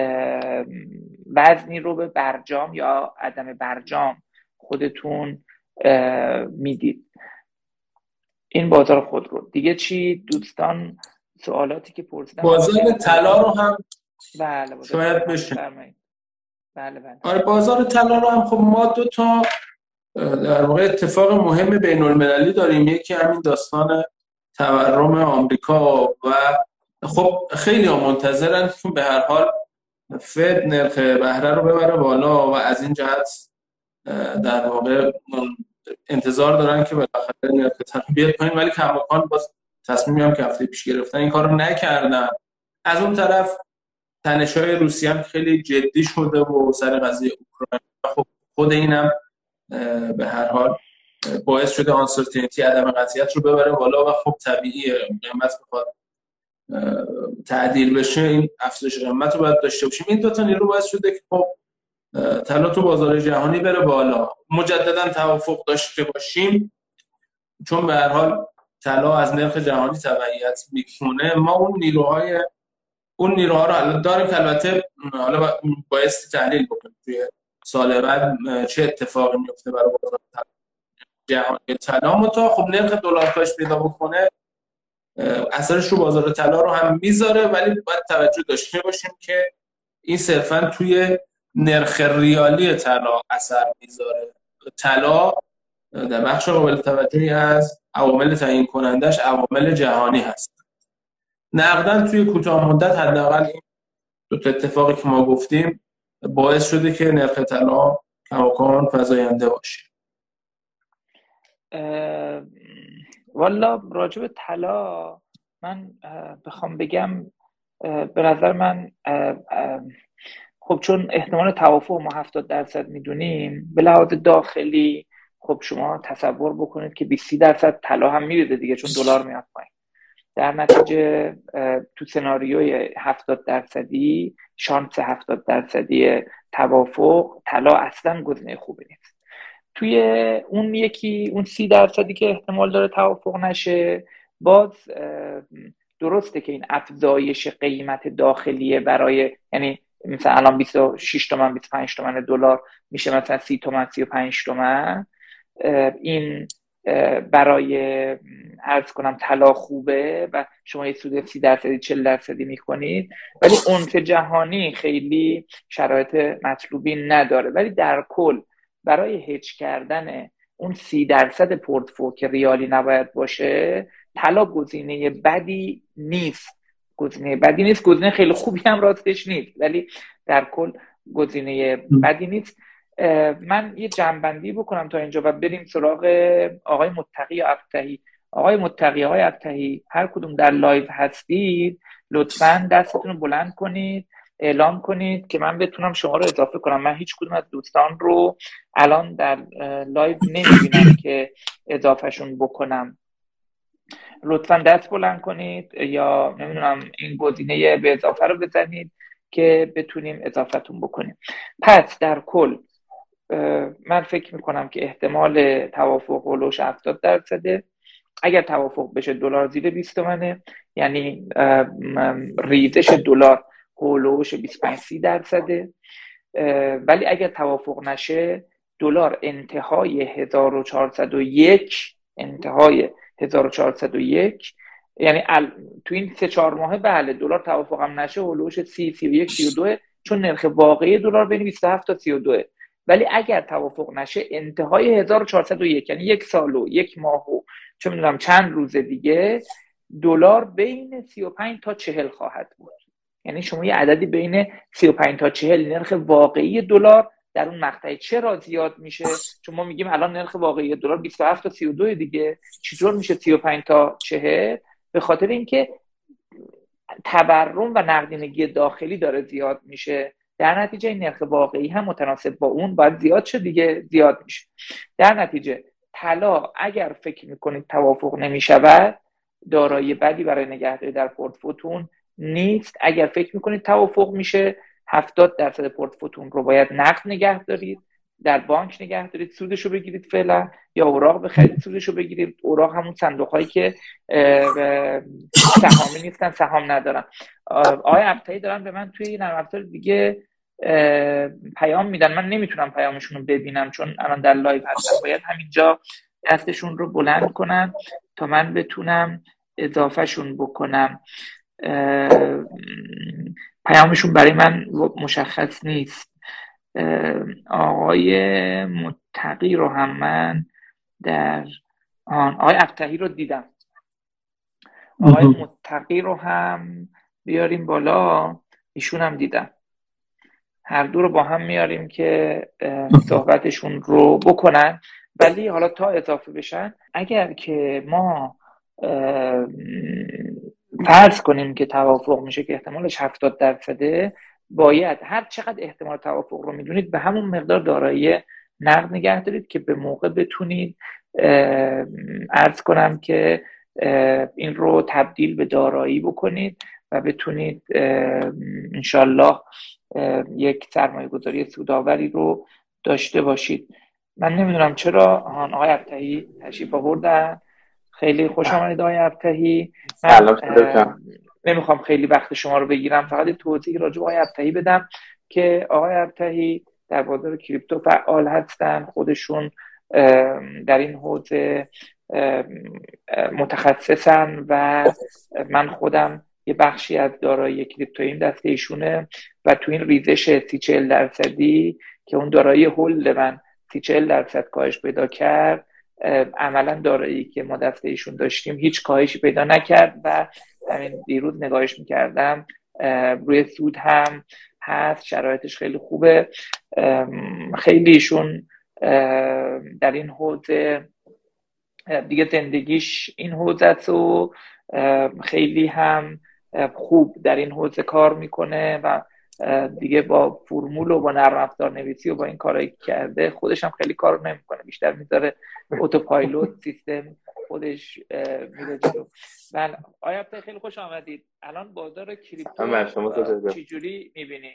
وزنی رو به برجام یا عدم برجام خودتون میدید. این بازار خودرو. دیگه چی دوستان سوالاتی که پرسیدن؟ بازار طلا رو هم بله شاید بشه. بله. آره بازار طلا رو هم خب ما دو تا در واقع اتفاق مهم بین المللی داریم. یکی همین داستان تورم آمریکا و خب خیلی ها منتظرن که به هر حال فد نرخ بهره رو ببره بالا و از این جهت در واقع انتظار دارن که بالاخره نرخ طلا بیاد پایین، ولی کماکان باز تصمیمی هم که هفته پیش گرفتن این کارو نکردن. از اون طرف تنش‌های روسیه هم خیلی جدی شده و سر قضیه اوکراین خب خود اینم به هر حال باعث شده آنسرتینتی عدم قطعیت رو ببره بالا و خب طبیعیه قیمت بخواد تعدیل بشه این افزایش قیمت رو باید داشته باشیم. این دو تا نیرو باعث شده که خب طلا تو بازار جهانی بره بالا. مجددا توافق داشته باشیم چون به هر حال طلا از نرخ جهانی تبعیت میکنه. ما اون نیروها رو الان داریم که البته حالا باعث تحلیل بکنیم توی سال بعد چه اتفاقی میفته برای بازار طلا. جهانی طلا. متا خب نرخ دلار کاش پیدا بکنه اثرش رو بازار طلا رو هم میذاره، ولی باید توجه داشته باشیم که این صرفا توی نرخ ریالی طلا اثر میذاره. طلا در بخش قابل توجهی از عوامل تعیین کنندش عوامل جهانی هست. نقداً توی کوتاه مدت حداقل این دو تا اتفاقی که ما گفتیم باعث شده که نرخ طلا کماکان فزاینده باشه. والا راجع به طلا من بخوام بگم به نظر من خب چون احتمال توافق ما 70% میدونیم، به لحاظ داخلی خب شما تصور بکنید که 20% طلا هم میریزه دیگه، چون دلار میاد پایین. در نتیجه تو سناریوی 70%، شانس 70% توافق، طلا اصلا گزینه خوبی نیست. توی اون 30% که احتمال داره توافق نشه، باز درسته که این افزایش قیمت داخلیه برای، یعنی مثلا الان 26 تومن 25 تومن دلار میشه مثلا 30 تومن 35 تومن، این برای عرض کنم طلا خوبه و شما یه سود 30% 40% میکنید، ولی عنف جهانی خیلی شرایط مطلوبی نداره. ولی در کل برای هج کردن اون 30% پورتفولیو که ریالی نباید باشه، طلا گزینه بدی نیست. گزینه خیلی خوبی هم راستش نیست، ولی در کل گزینه بدی نیست. من یه جنبندی بکنم تا اینجا و بریم سراغ آقای متقی یا ابتهی. آقای متقی، آقای ابتهی، هر کدوم در لایو هستید لطفاً دستتون رو بلند کنید، اعلام کنید که من بتونم شما رو اضافه کنم. من هیچ کدوم از دوستان رو الان در لایو نمیبینم که اضافهشون بکنم. لطفاً دست بلند کنید یا نمیدونم این گزینه به اضافه رو بزنید که بتونیم اضافتون بکنیم. پس در کل من فکر میکنم که احتمال توافق هولوش 70%. اگر توافق بشه دلار زیر 20 تومنه، یعنی ریزش دلار هولوش 25-30%. ولی اگر توافق نشه دلار انتهای 1401 یعنی تو این 3-4 ماه بله دلار توافق هم نشه هولوش 30-31-32، چون نرخ واقعی دلار بین 27 تا 32. ولی اگر توافق نشه انتهای 1401، یعنی 1 سال و 1 ماه و چه میدونم چند روز دیگه، دلار بین 35 تا 40 خواهد بود. یعنی شما یه عددی بین 35 تا 40 نرخ واقعی دلار در اون مقطع. چرا زیاد میشه؟ چون ما میگیم الان نرخ واقعی دلار 27 تا 32 دیگه، چطور میشه 35 تا 40؟ به خاطر اینکه تورم و نقدینگی داخلی داره زیاد میشه، در نتیجه این نرخ واقعی هم متناسب با اون باید زیاد شه دیگه، زیاد میشه. در نتیجه طلا اگر فکر میکنید توافق نمیشود، دارایی بدی برای نگهداری در پورتفولیوتون نیست. اگر فکر میکنید توافق میشه، 70% پورتفولیوتون رو باید نقد نگه دارید، در بانک نگه دارید، سودشو بگیرید فعلا، یا اوراق بخرید سودشو بگیرید. اوراق همون صندوق هایی که سهامی نیستن، سهام ندارن. آقای ابتهی دارن به من توی نرم افزار دیگه پیام میدن، من نمیتونم پیامشون رو ببینم چون الان در لایو هستم. باید همینجا دستشون رو بلند کنم تا من بتونم اضافهشون بکنم. پیامشون برای من مشخص نیست. آقای متقی رو هم من در آقای ابتهی رو دیدم. آقای متقی رو هم بیاریم بالا، ایشون هم دیدم. هر دو رو با هم میاریم که صحبتشون رو بکنن. ولی حالا تا اضافه بشن، اگر که ما فرض کنیم که توافق میشه که احتمالش 70%، باید هر چقدر احتمال توافق رو میدونید به همون مقدار دارایی نقد نگه دارید که به موقع بتونید عرض کنم که این رو تبدیل به دارایی بکنید و بتونید انشالله یک سرمایه گذاری سودآوری رو داشته باشید. من نمیدونم چرا آقای ابتهی تشریف آوردن. خیلی خوش آمدید آقای ابتهی. نمیخوام خیلی وقت شما رو بگیرم، فقط توضیح راجع به آقای ابتهی بدم که آقای ابتهی در بازار کریپتو فعال هستن، خودشون در این حوزه متخصصن و من خودم یه بخشی از دارایی کریپتوییم دست ایشونه و تو این ریزش 30-40% که اون دارایی هول من 30-40% کاهش پیدا کرد، عملا دارایی که ما دست ایشون داشتیم هیچ کاهشی پیدا نکرد و همین دیروز نگاهش میکردم روی سود هم هست، شرایطش خیلی خوبه. خیلی ایشون در این حوزه دیگه زندگیش این حوزه است و خیلی هم خوب در این حوزه کار میکنه و دیگه با فرمول و با نرم افزار نویسی و با این کارهایی که کرده خودش هم خیلی کار نمیکنه، بیشتر میذاره اتوپایلوت سیستم خودش میره جلو. من آیا خیلی خوش آمدید. الان بازار کریپتو چجوری میبینی؟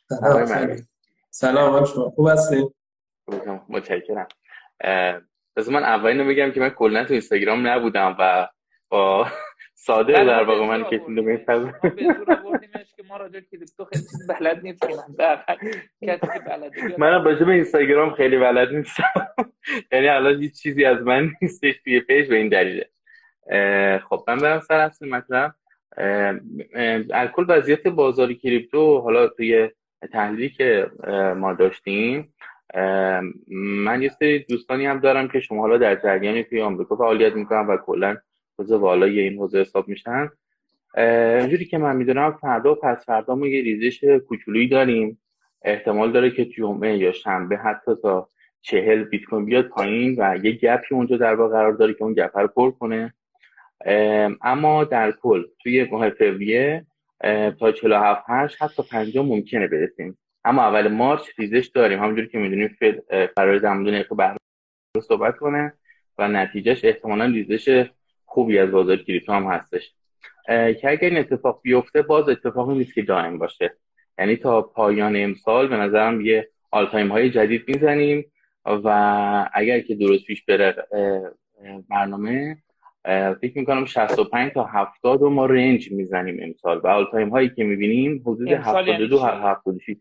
سلام شما خوب هستید؟ متشکرم. پس من اولینو بگم که من کلا تو اینستاگرام نبودم و با ساده در واقع من کشیدم به این فاز. ما به زور آوردیمش که ما راجع به کریپتو خیلی چیز بلد نیستیم. کسی که بلده منم راجع به اینستاگرام خیلی بلد نیستم. یعنی الان هیچ چیزی از من نیستش توی پیج به این دلیله. خب من برم سر اصل مطلب. الکل وضعیت بازار کریپتو حالا توی تحلیلی که ما داشتیم، من یه سری دوستانی هم دارم که شما حالا در جریانی توی آمریکا فعالیت میکنن و کلا حوزه بالای این حوزه حساب میشن. اینجوری که من میدونم فردا و پس فردا ما یه ریزش کوچولویی داریم، احتمال داره که جمعه یا شنبه حتی تا 40 بیت کوین بیاد پایین و یه گپی اونجا در واقع قرار داره که اون گپ رو پر کنه. اما در کل توی ماه فوریه تا 47 8 حتی 50 ممکنه برسیم. اما اول مارچ ریزش داریم، همونجوری که میدونیم فد قرار در مورد نرخ بهره صحبت کنه و نتیجهش احتمالاً ریزش خوبی از بازار کریپتو هم هستش که اگر این اتفاق بیفته باز اتفاقی نیست که دائم باشه. یعنی تا پایان امسال به نظرم یه آل تایم های جدید میزنیم و اگر که درست پیش بره برنامه فکر میکنم 65 تا 70 ما رنج میزنیم امسال و آل تایم هایی که میبینیم حدود 72 76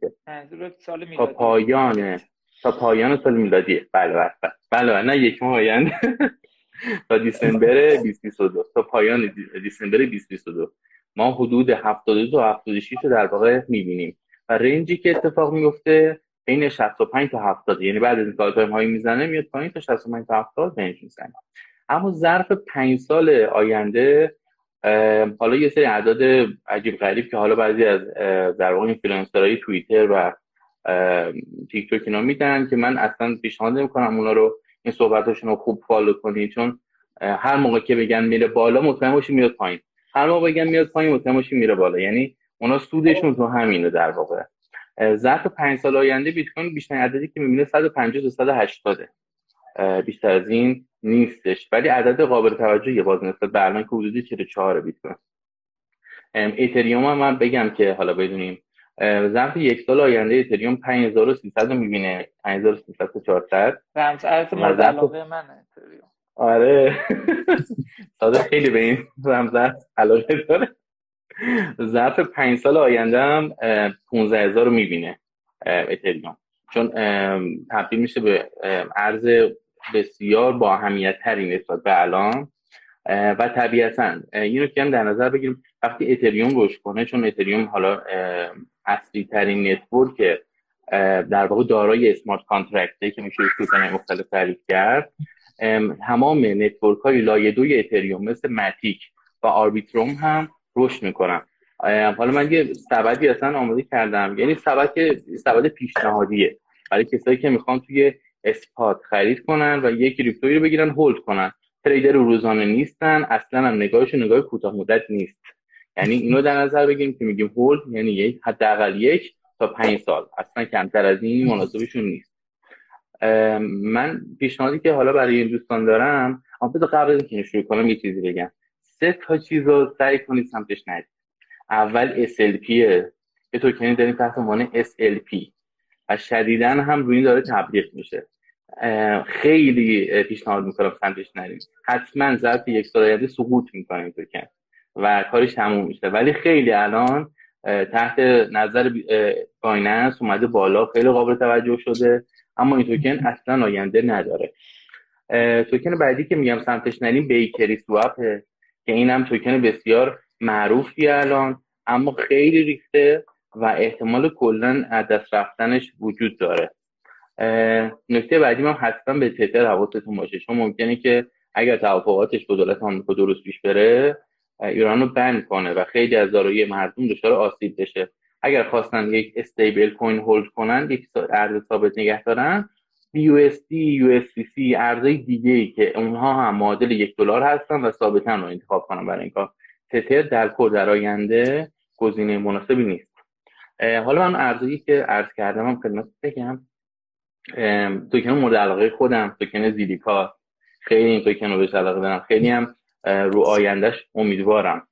تا پایان سال میلادیه. بله نه یک ماه آینده تا دیسمبر 2022 تا پایان دیسمبر 2022 ما حدود 72 تا 76 رو در واقع میبینیم و رنجی که اتفاق میفته بین 65 تا 70، یعنی بعد از این آل تایم هایی میزنه میاد پایین تا 65 تا 70 رنج میزنه. اما ظرف 5 سال آینده حالا یه سری اعداد عجیب غریب که حالا بعضی از در واقع اینفلوئنسرهای توییتر و تیک توک اینا میدن که من اصلا پیشنهاد نمی‌کنم اونا رو این صحبتاشون رو خوب فالو کنید، چون هر موقع که بگن میره بالا مطمئن باشید میاد پایین، هر موقع بگن میاد پایین مطمئن باشید میره بالا. یعنی اونا سودشون تو همینه در واقع. ظرف 5 سال آینده بیت کوین بیشتر عددی که میبینه 150 تا 180 بیشتر از این نیستش، ولی عدد قابل توجهی باز نسبت به الان که حدود 44 بیت کوین. اتریوم هم من بگم که حالا بدونیم ظرف یک سال آینده اتریوم 5300 رو میبینه، 5300 تا 400 رمز ارز مورد علاقه منه اتریوم. آره ساده خیلی به این رمز ارز علاقه داره. ظرف 5 سال آینده هم 15000 رو میبینه اتریوم، چون تبدیل میشه به ارز بسیار با اهمیت تری نسبت به الان و طبیعتاً اینو که هم در نظر بگیریم وقتی اتریوم رشد کنه، چون اتریوم حالا اصلی ترین نتورک در واقع دارای اسمارت کانترکته که میشه توی مختلف تعریف کرد، تمام نتورک های لایه 2 اتریوم مثل ماتیک و آربیتروم هم رشد میکنن. حالا من یه سبدی اصلا آماده کردم، یعنی سبد پیشنهادیه برای کسایی که میخوان توی اسپات خرید کنن و یک کریپتویی رو بگیرن هولد کنن. تریدر روزانه نیستن، اصلا هم نگاهشون نگاه کوتاه مدت نیست. یعنی اینو در نظر بگیریم که میگیم هولد یعنی یک حداقل 1 تا 5 سال، اصلا کمتر از این مناسبشون نیست. من پیشنهادی که حالا برای این دوستان دارم، اما بذار قبل از اینکه شروع کنم یه چیزی بگم. 3 تا چیز رو سعی کنید سمتش نرید. اول SLP، یه توکنی داریم تحت عنوان SLP و شدیداً هم روی این داره تبلیغ میشه. خیلی پیشنهاد میکنم سمتش نرید. حتما ظرف 1 سال آینده سقوط میکنه این توکن و کارش تموم میشه، ولی خیلی الان تحت نظر بایننس اومده بالا، خیلی قابل توجه شده، اما این توکن اصلا آینده نداره. توکن بعدی که میگم سمتش نریم بیکری سواپه که اینم توکن بسیار معروفیه الان، اما خیلی ریخته و احتمال کلا از دست رفتنش وجود داره. نکته بعدی هم حتما به تتر حواستون باشه، چون ممکنه که اگر توافقاتش با دولت آمریکا درست پیش بره ایران رو بند کنه و خیلی از دارایی مردم دچار آسیب بشه. اگر خواستن یک استیبل کوین هولد کنن، یک ارز ثابت نگه دارن، BUSD، USDC، ارزهای دیگه‌ای که اونها هم معادل $1 هستن و ثابتاً رو انتخاب کنن برای این کار. تتر در آینده گزینه مناسبی نیست. حالا من ارزی که عرض کردم هم خدمت بگم. توکن مورد علاقه خودم توکن زیلیکا، خیلی این توکن رو بهش علاقه دارم، خیلی هم رو آیندهش امیدوارم.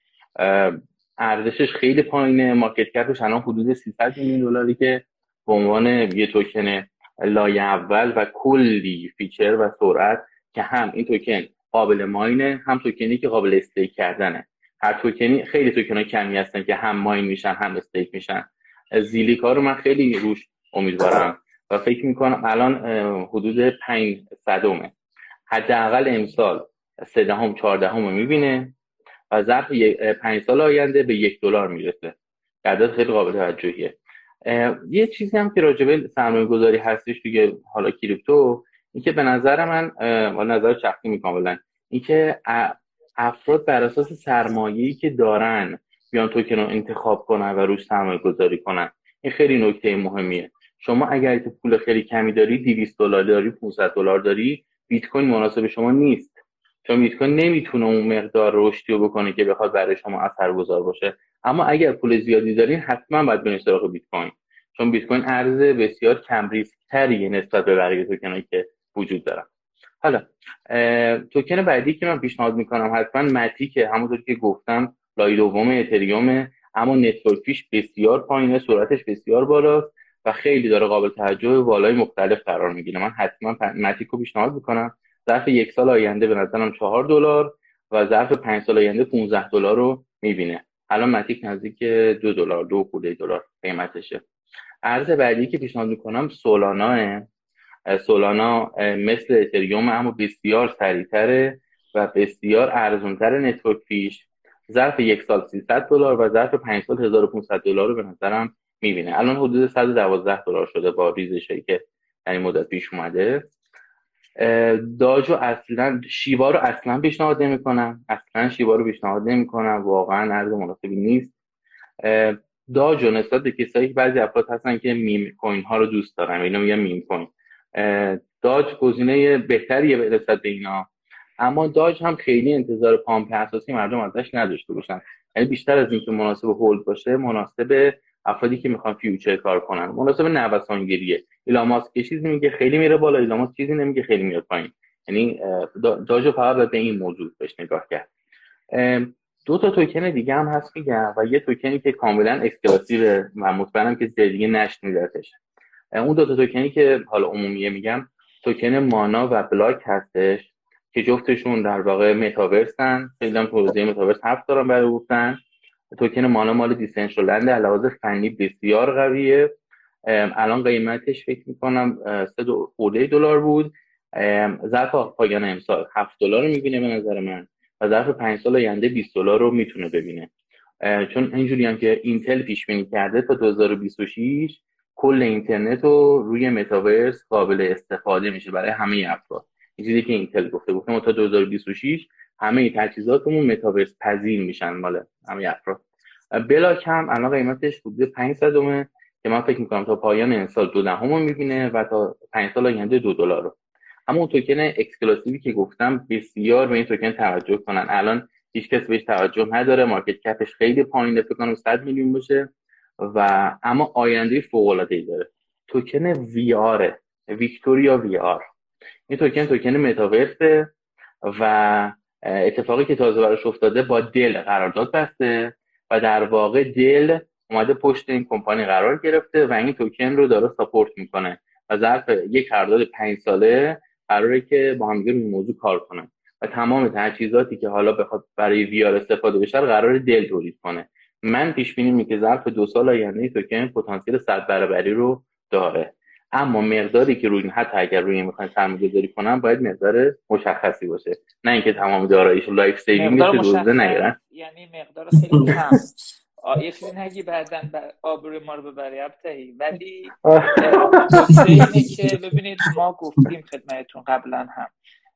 ارزشش خیلی پایینه، مارکت کپش الان حدود $300 میلیون که به عنوان یه توکن لایه اول و کلی فیچر و سرعت که هم این توکن قابل ماینه، هم توکنی که قابل استیک کردنه. هر توکنی، خیلی توکن‌ها کمی هستن که هم ماین میشن هم استیک میشن. زیلیکا رو من خیلی روش امیدوارم و فکر میکنم الان حدود 500 حداقل امسال 13 14 میبینه و ظرف 5 سال آینده به $1 میرسه. عدد خیلی قابل توجهیه. یه چیزی هم که راجبه سرمایه گذاری هستش دیگه، حالا کریپتو، این که به نظر من نظر شخصی میکنم این که افراد بر اساس سرمایه‌ای که دارن بیان توکن رو انتخاب کنن و روش سرمایه گذاری کنن. این خیلی نکته مهمیه. شما اگر که پول خیلی کمی داری، $200 داری، $500 داری، بیت کوین مناسب شما نیست، چون بیت کوین نمیتونه اون مقدار رشدی رو بکنه که بخواد برای شما اثرگذار باشه. اما اگر پول زیادی دارین حتما باید برین سراغ بیت کوین، چون بیت کوین ارز بسیار کم ریسک تریه نسبت به بقیه توکنایی که وجود دارن. حالا توکن بعدی که من پیشنهاد میکنم حتما ماتیک، همونطور که گفتم لایه دوم اتریوم، اما نتورک فیش بسیار پایینه، سرعتش بسیار بالاست و خیلی داره قابل توجه و والای مختلف قرار میگیره. من حتما ماتیک رو پیشنهاد میکنم. ظرف 1 سال آینده به نظرم $4 و ظرف 5 سال آینده $15 رو میبینه. الان ماتیک نزدیک $2 قیمتشه. ارز بعدی که پیشنهاد میکنم سولانا. سولانا مثل اتریوم اما بسیار سریعتره و بسیار ارزونتر نتورک فیش. ظرف 1 سال $300 و ظرف 5 سال $1500 رو به نظرم میبینه. الان حدود $112 شده با ریزشی که یعنی مدت پیش اومده. داج اصلا شیبا رو اصلا پیشنهاد نمیکنم، واقعا ارز مناسبی نیست. داج نسبت به کسایی که بعضی افراد هستن که میم کوین ها رو دوست دارن، اینا میگن میم کوین، داج گزینه بهتریه نسبت به اینا، اما داج هم خیلی انتظار پامپ اساسی مردم ازش نداشته باشن. یعنی بیشتر از اینکه مناسب هولد باشه، مناسب افرادی که میخوان فیوچر کار کنن، مناسب نوسانگیریه. ایلان ماسک چیزی میگه خیلی میره بالا، ایلان ماسک چیزی نمیگه خیلی میاد پایین. یعنی داج فقط به این موضوع بهش نگاه کرد. 2 تا توکن دیگه هم هست میگم و یه توکنی که کاملا اکسکلوسیو و مطمئنم که دیگه نشنیدتش. اون 2 تا توکنی که حالا عمومیه میگم، توکن مانا و بلاک هستش که جفتشون در واقع متاورسن. خیلی هم توضیح متاورس حرف دارم برای گفتن. توکن مانا مال دیسنترالند، علاوه فنی بسیار قویه. الان قیمتش فکر میکنم $3 بود. ظرف پایان امسال $7 میبینه به نظر من و ظرف 5 سال آینده $20 رو میتونه ببینه. چون اینجوری هم که اینتل پیش بینی کرده تا 2026 کل اینترنت رو روی متاورس قابل استفاده میشه برای همه افراد. این چیزی که اینتل گفته ما تا 2026 همه تجهیزاتمون متاورس پذیر میشن مال همه افراد. بلاک هم الان قیمتش حدود 500 که من فکر میکنم تا پایان این سال 2 میبینه و تا 5 سال آینده $2 رو. اما اون توکن اکسکلوسیوی که گفتم بسیار به این توکن توجه کنن. الان هیچ کس بهش توجه نداره، مارکت کپش خیلی پایینه، فکر کنم 100 میلیون باشه و اما آینده فوق العاده ای داره. توکن وی آر، ویکتوریا وی آر. این توکن متاورسه و اتفاقی که تازه براش افتاده با دل قرارداد بسته و در واقع دل اومده پشت این کمپانی قرار گرفته و این توکن رو داره ساپورت میکنه و ظرف یک قرارداد 5 ساله قراره که با هم دیگه روی موضوع کار کنن و تمام تجهیزاتی که حالا بخواد برای وی آر استفاده بشه قراره دل تولید کنه. من پیش بینی میکنم که ظرف 2 سال آینده توکن پتانسیل 100 برابری رو داره. اما مقداری که روی حتی اگر روی میخواین سرمایه‌گذاری کنن باید مقدار مشخصی باشه، نه اینکه تمام داراییشو لایف سیوینگش رو روزه نگیرن. یعنی مقدار خیلی کم. یه چیزی نگی بعدن آبروی ما رو ببری ابتهی، ولی نکته اینه که ببینید ما گفتیم خدمتتون قبلا هم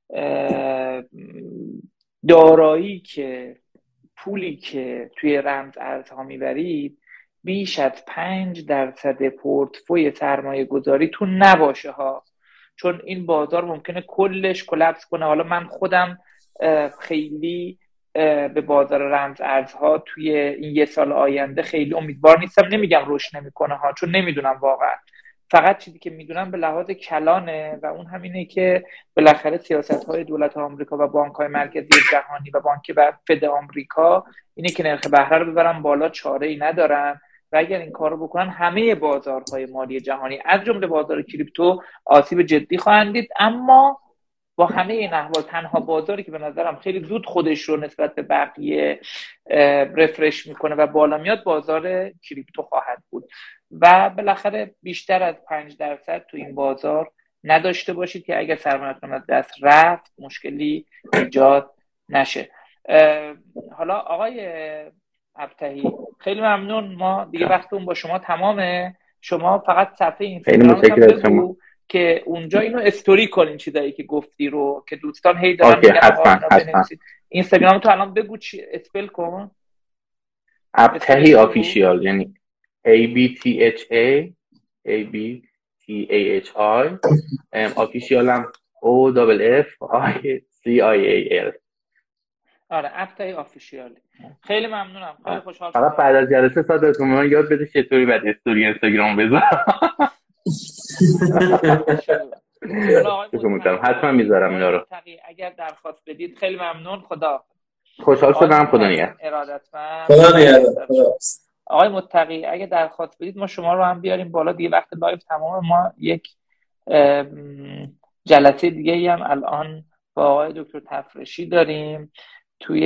دارایی که پولی که توی رمز ارزها میبرید بیش از 5% پورتفوی سرمایه گذاری تو نباشه ها، چون این بازار ممکنه کلش کلپس کنه. حالا من خودم خیلی به بازار رمز ارزها توی این یه سال آینده خیلی امیدوار نیستم. نمیگم رشد نمیکنه ها، چون نمیدونم واقعا. فقط چیزی که میدونم به لحاظ کلانه و اون همینه که بالاخره سیاست‌های دولت آمریکا و بانک‌های مرکزی جهانی و بانک فد آمریکا اینه که نرخ بهره رو ببرن بالا، چاره‌ای ندارن و اگر این کارو بکنن همه بازارهای مالی جهانی از جمله بازار کریپتو آسیب جدی خواهند دید. اما با همه این احوال تنها بازاری که به نظرم خیلی زود خودش رو نسبت به بقیه رفرش میکنه و بالا میاد بازار کریپتو خواهد بود و بالاخره بیشتر از 5% تو این بازار نداشته باشید که اگر سرمایه‌تون از دست رفت مشکلی ایجاد نشه. حالا آقای ابتهی خیلی ممنون، ما دیگه وقتمون با شما تمامه. شما فقط صفحه اینستاگرام هم بگو که اونجا اینو استوری کنین چیزایی که گفتی رو که دوستان هی دارن میگن بنویسید. اینستاگرام تو الان بگو چی اسپل کن. ابتهی آفیشیال، یعنی ABTHA آفیشیال هم OFFICIAL. آره ابتهی آفیشیال. خیلی ممنونم، خیلی خوشحال شدم. فقط بعد از جلسه صادقتون من یاد بده چطوری بعد استوری اینستاگرام بذارم. حتما میذارم اینا رو. اگر درخواست بدید خیلی ممنون. خدا خوشحال شدم. خدا نگهدار. ارادتمند. خدا نگهدار. آقای متقی اگه درخواست بدید ما شما رو هم بیاریم بالا دیگه. وقت لایو تمام. ما یک جلسه دیگه هم الان با آقای دکتر تفرشی داریم توی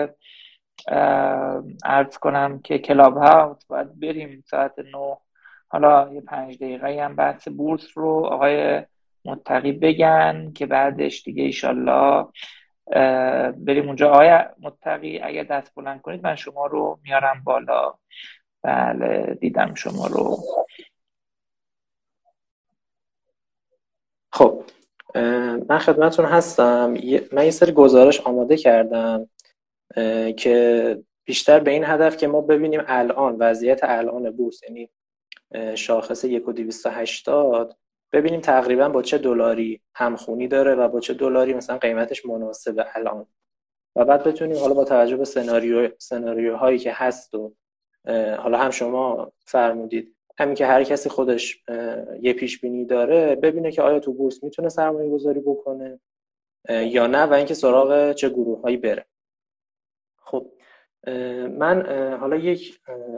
عرض کنم که کلاب هاوس. باید بریم ساعت 9. حالا یه 5 دقیقه هم بحث بورس رو آقای متقی بگن که بعدش دیگه ایشالله بریم اونجا. آقای متقی اگه دست بلند کنید من شما رو میارم بالا. بله دیدم شما رو. خب من خدمتون هستم. من یه سری گزارش آماده کردم که بیشتر به این هدف که ما ببینیم الان وضعیت الان بورس، یعنی شاخص 1280 ببینیم تقریبا با چه دلاری همخونی داره و با چه دلاری مثلا قیمتش مناسبه الان و بعد بتونیم حالا با توجه به سناریوهایی که هست و حالا هم شما فرمودید همین که هر کسی خودش یه پیش بینی داره ببینه که آیا تو بورس میتونه سرمایه گذاری بکنه یا نه و اینکه سراغ چه گروه‌هایی بره. خب من حالا یک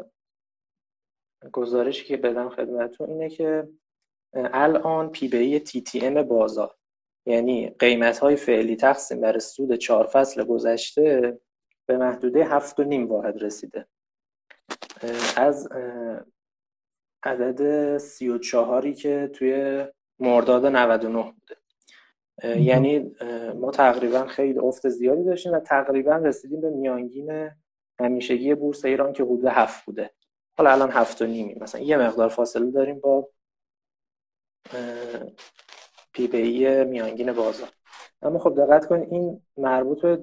گزارشی که بدم خدمتتون اینه که الان پی بی تی تی ام بازار، یعنی قیمت‌های فعلی تقسیم بر سود 4 فصل گذشته به محدوده 7.5 واحد رسیده از عدد 34 که توی مرداد 99 بوده. یعنی ما تقریبا خیلی افت زیادی داشتیم و تقریبا رسیدیم به میانگین همیشگی بورس ایران که حدود 7 بوده. حالا الان 7.5 مثلا یه مقدار فاصله داریم با پی بی ای میانگین بازار. اما خب دقت کنید این مربوط به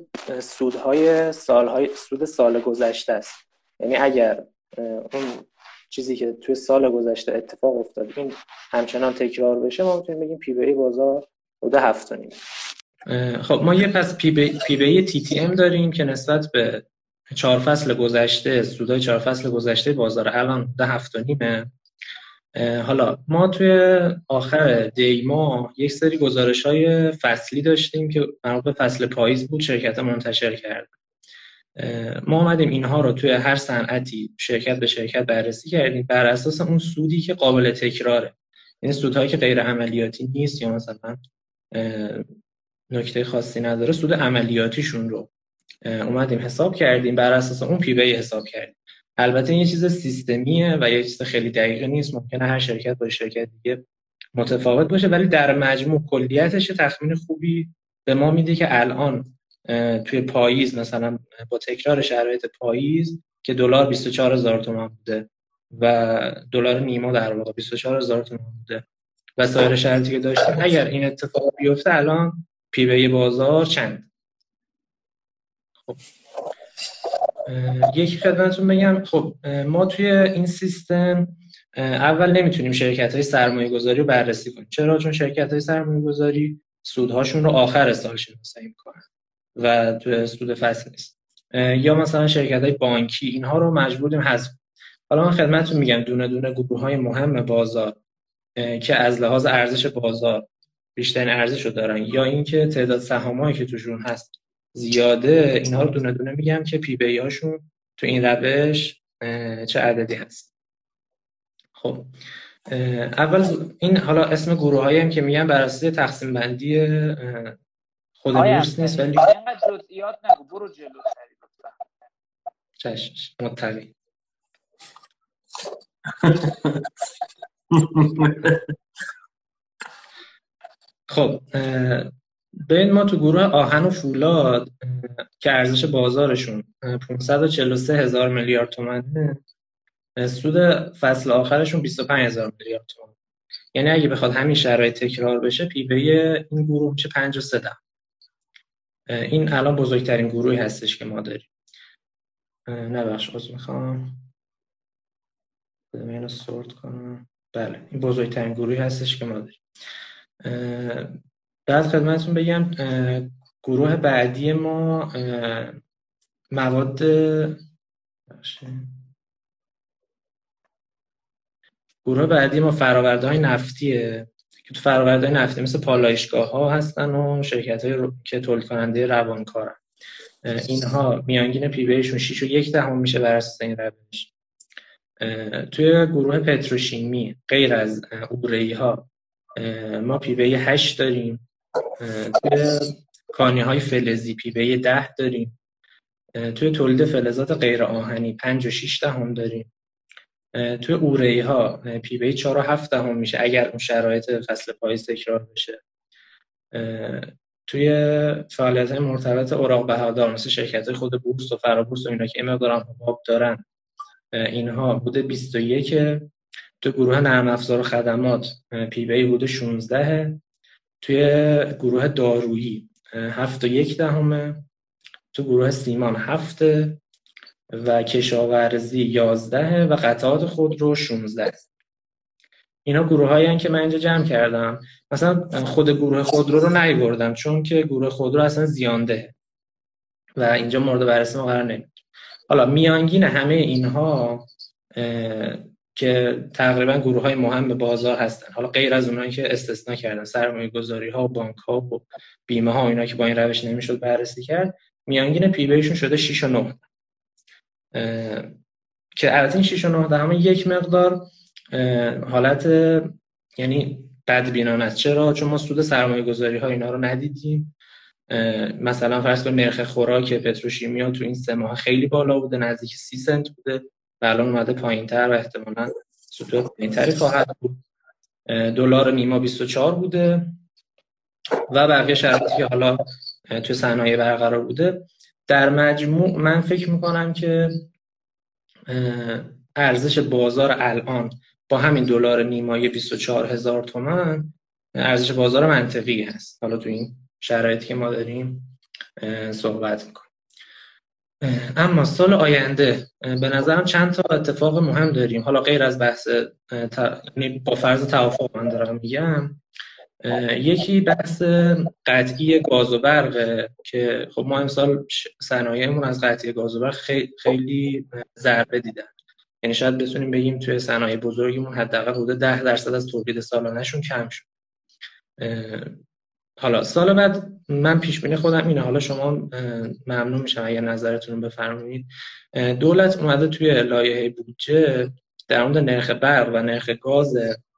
سود سال گذشته است. یعنی اگر اون چیزی که توی سال گذشته اتفاق افتاد این همچنان تکرار بشه ما میتونیم بگیم پی بی ای بازار حدود 7.5. خب ما یه پس پی بی ای تی تی ام داریم که نسبت به 4 فصل گذشته سودای 4 فصل گذشته بازار الان 7.5. حالا ما توی آخر دیما یک سری گزارش‌های فصلی داشتیم که مربوط به فصل پاییز بود، شرکت منتشر کرد. ما اومدیم اینها رو توی هر صنعتی شرکت به شرکت بررسی کردیم بر اساس اون سودی که قابل تکراره، یعنی سودهایی که غیر عملیاتی نیست یا مثلا نکته خاصی نداره، سود عملیاتیشون رو اومدیم حساب کردیم، بر اساس اون پی بی حساب کردیم. البته این یه چیز سیستمیه و یه چیز خیلی دقیق نیست، ممکنه هر شرکت با شرکت دیگه متفاوت باشه، ولی در مجموع کلیتش تخمین خوبی به ما میده که الان توی پاییز مثلا با تکرار شرایط پاییز که دلار 24000 تومان بوده و دلار نیما در واقع 24000 تومان بوده و سایر شرایطی که داشتیم، اگر این اتفاق بیفته الان پی بی بازار چند؟ خب یکی خدمتتون بگم، خب ما توی این سیستم اول نمیتونیم شرکت‌های سرمایه‌گذاری رو بررسی کنیم. چرا؟ چون شرکت‌های سرمایه‌گذاری سودهاشون رو آخر سال شناسایی می‌کنن و تو سود فصل نیست. یا مثلا شرکت‌های بانکی، اینها رو مجبوریم حذف. حالا من خدمتتون میگم دونه دونه گروه‌های مهم بازار که از لحاظ ارزش بازار بیشترین ارزش رو دارن یا اینکه تعداد سهامایی که توشون هست زیاده، اینها رو دونه دونه میگم که پی بی هاشون تو این روش چه عددی هست. خب اول این حالا اسم گروهایی هم که میگم بر اساس تقسیم بندی خود بورس نیست، ولی اینقدر جزئیات نگو، برو جلوتری لطفا. چشم متقی. خب ببین ما تو گروه آهن و فولاد که ارزش بازارشون 543,000 میلیارد تومانه، سود فصل آخرشون 25,000 میلیارد تومان. یعنی اگه بخواد همین شرایط تکرار بشه پی بی این گروه میشه 5.3. این الان بزرگترین گروهی هستش که ما داریم. عذر میخوام اینو سورت کنم. بله این بزرگترین گروهی هستش که ما داریم. بعد خدمتتون بگم گروه بعدی ما مواد گروه بعدی ما فرآورده‌های نفتیه که تو فرآورده‌های نفتی مثل پالایشگاه‌ها هستن و شرکت‌های که تولید کننده روانکارن. اینها میانگین پی بی شون 6.1 میشه بر اساس این روش. توی گروه پتروشیمی غیر از اوره‌ای‌ها ما پی بی 8 داریم. توی کانی‌های فلزی پی بی 10 داریم. توی تولید فلزات غیر آهنی 5.6 داریم. توی اوره‌ای‌ها پی بی 4.7 میشه اگر اون شرایط فصل پاییز تکرار بشه. توی فعالیت‌های مرتبط اوراق بهادار مثل شرکت‌های خود بورس و فرابورس و اینا که مقدار حباب دارن، اینها بوده 21. تو گروه نرم افزار و خدمات پی بی بوده 16. توی گروه دارویی 7.1. تو گروه سیمان 7 و کشاورزی 11 و قطعات خودرو 16. اینا گروهایی هستن که من اینجا جمع کردم. مثلا خود گروه خودرو رو نیاوردم چون که گروه خودرو اصلا زیانده و اینجا مورد بررسی ما قرار نمیگیره. حالا میانگین همه اینها که تقریبا گروه‌های مهم بازار هستن، حالا غیر از اونایی که استثناء کردن سرمایه‌گذاری‌ها و بانک‌ها و بیمه‌ها و اینا که با این روش نمیشد بررسی کرد، میانگین پی بیشون شده 6.9 که از این 6.9 همه یک مقدار حالت یعنی بدبینانه است. چرا؟ چون ما سود سرمایه‌گذاری‌ها اینا رو ندیدیم. مثلا فرض کن نرخ خوراک پتروشیمیا تو این 3 ماه خیلی بالا بوده، نزدیک 30 سنت بوده و الان اومده پایین‌تر و احتمالاً سود پایین‌تری خواهد بود. دلار نیما 24 بوده و بقیه شرایطی که حالا تو صنایع برقرار بوده. در مجموع من فکر می‌کنم که ارزش بازار الان با همین دلار نیمایی 24,000 تومان ارزش بازار منطقی هست. حالا تو این شرایطی که ما داریم صحبت میکنیم. اما سال آینده به نظرم چند تا اتفاق مهم داریم. حالا غیر از بحث با فرض توافق من دارم میگم، یکی بحث قطعی گاز و برق که خب ما امسال صنایعمون از قطعی گاز و برق خیلی ضربه دیدن. یعنی شاید بتونیم بگیم توی صنایع بزرگمون حداقل حدود 10% از تولید سالانه‌شون کم شد. حالا سال بعد من پیش بینی خودم اینه، حالا شما ممنون میشم اگر نظرتون رو بفرمایید. دولت اومده توی لایحه بودجه در مورد نرخ برق و نرخ گاز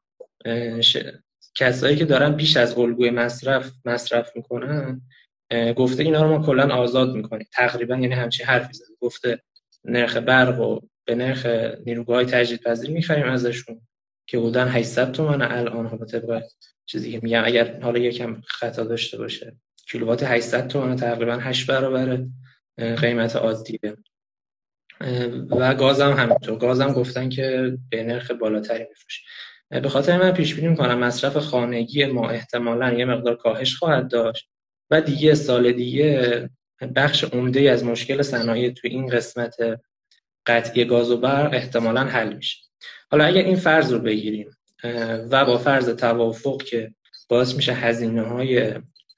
کسایی که دارن بیش از الگوی مصرف میکنن، گفته اینا رو ما کلا آزاد میکنیم تقریبا، یعنی همچین حرفی زده. گفته نرخ برق رو به نرخ نیروگاه‌های تجدیدپذیر میخریم ازشون که حدوداً 800 تومان الان، حالا طبق چیزی که میگم اگر حالا یکم خطا داشته باشه، کیلووات 800 تومان، تقریبا 8 برابر قیمت عادیه. و گازم همینطور، گازم گفتن که به نرخ بالاتری میفروشه. به خاطر من پیش بینی می‌کنم مصرف خانگی ما احتمالاً یه مقدار کاهش خواهد داشت و دیگه سال دیگه بخش عمده از مشکل صنایع تو این قسمت قطعی گاز و برق احتمالاً حل میشه. حالا اگر این فرض رو بگیریم و با فرض توافق که باعث میشه هزینه‌های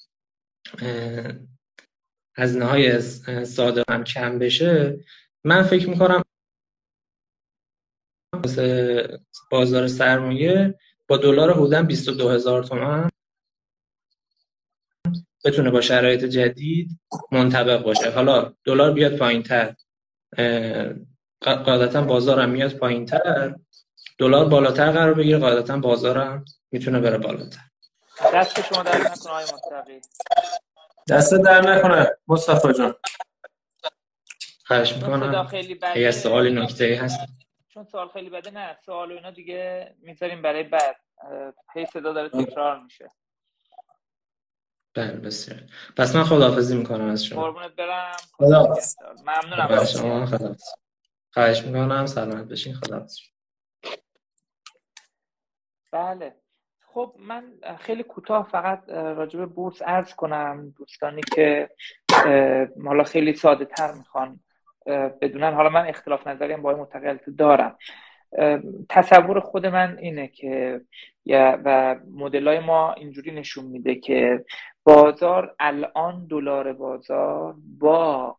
صادرات هم کم بشه، من فکر میکنم بازار سرمایه با دلار حدوداً 22,000 تومان بتونه با شرایط جدید منطبق باشه. حالا دلار بیاد پایین‌تر، قاعدتاً بازارم میاد پایین‌تر، دلار بالاتر قرار بگیره، قاعدتاً بازارم میتونه بره بالاتر. دست شما در نکنه آقای مصطفی. دست در نکنه مصطفی جان. خواهش میکنم. اگه سوالی نکته‌ای هست. چون سوال خیلی بده، نه سوال و اینا دیگه میذاریم برای بعد. هی صدا داره تکرار میشه. بله بسیار. پس من خداحافظی میکنم از شما. قربونت برم. خداحافظ. ممنونم از شما. خداحافظ. خواهش میکنم. سلامت باشین. خداحافظ. بله. خب من خیلی کوتاه فقط راجع به بورس عرض کنم، دوستانی که حالا خیلی ساده تر میخوان بدونن. حالا من اختلاف نظریم با متقلت دارم. تصور خود من اینه که و مدلای ما اینجوری نشون میده که بازار الان، دلار بازار با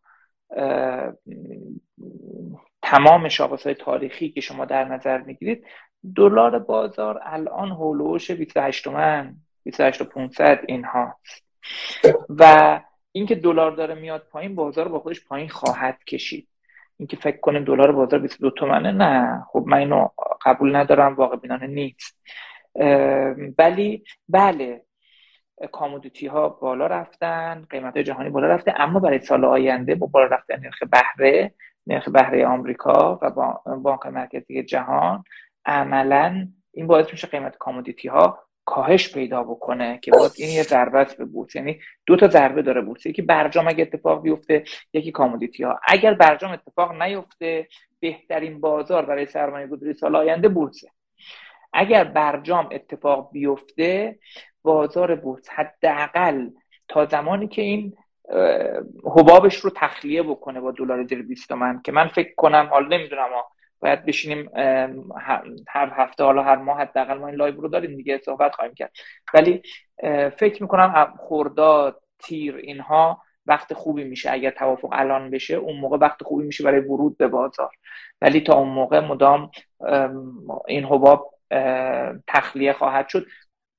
تمام شاخص‌های تاریخی که شما در نظر میگیرید، دلار بازار الان هولوش 28 تومن، 28,500 اینها. و اینکه دلار داره میاد پایین، بازار با خودش پایین خواهد کشید. اینکه فکر کنیم دلار بازار 22 تومنه، نه، خب من اینو قبول ندارم، واقع بینانه نیست. ولی بله، کامودیتی ها بالا رفتن، قیمت های جهانی بالا رفته، اما برای سال آینده با بالا رفتن نرخ بهره آمریکا و بانک مرکزی جهان، عملاً این باعث میشه قیمت کامودیتی ها کاهش پیدا بکنه که باز این یه ضربه است به بورس. یعنی دو تا ضربه داره بورس، یکی برجام اگه اتفاق بیفته، یکی کامودیتی ها. اگر برجام اتفاق نیفته، بهترین بازار برای سرمایه گذاری سال آینده بورسه. اگر برجام اتفاق بیفته، بازار بورس حداقل تا زمانی که این حبابش رو تخلیه بکنه با دلار زیر 20 تومن، که من فکر کنم، حالا نمیدونم، باید بشینیم هر هفته، حالا هر ماه حداقل ما این لایو رو داریم دیگه، صحبت خواهیم کرد، ولی فکر میکنم خرداد، تیر، اینها وقت خوبی میشه. اگر توافق الان بشه، اون موقع وقت خوبی میشه برای ورود به بازار. ولی تا اون موقع مدام این حباب تخلیه خواهد شد.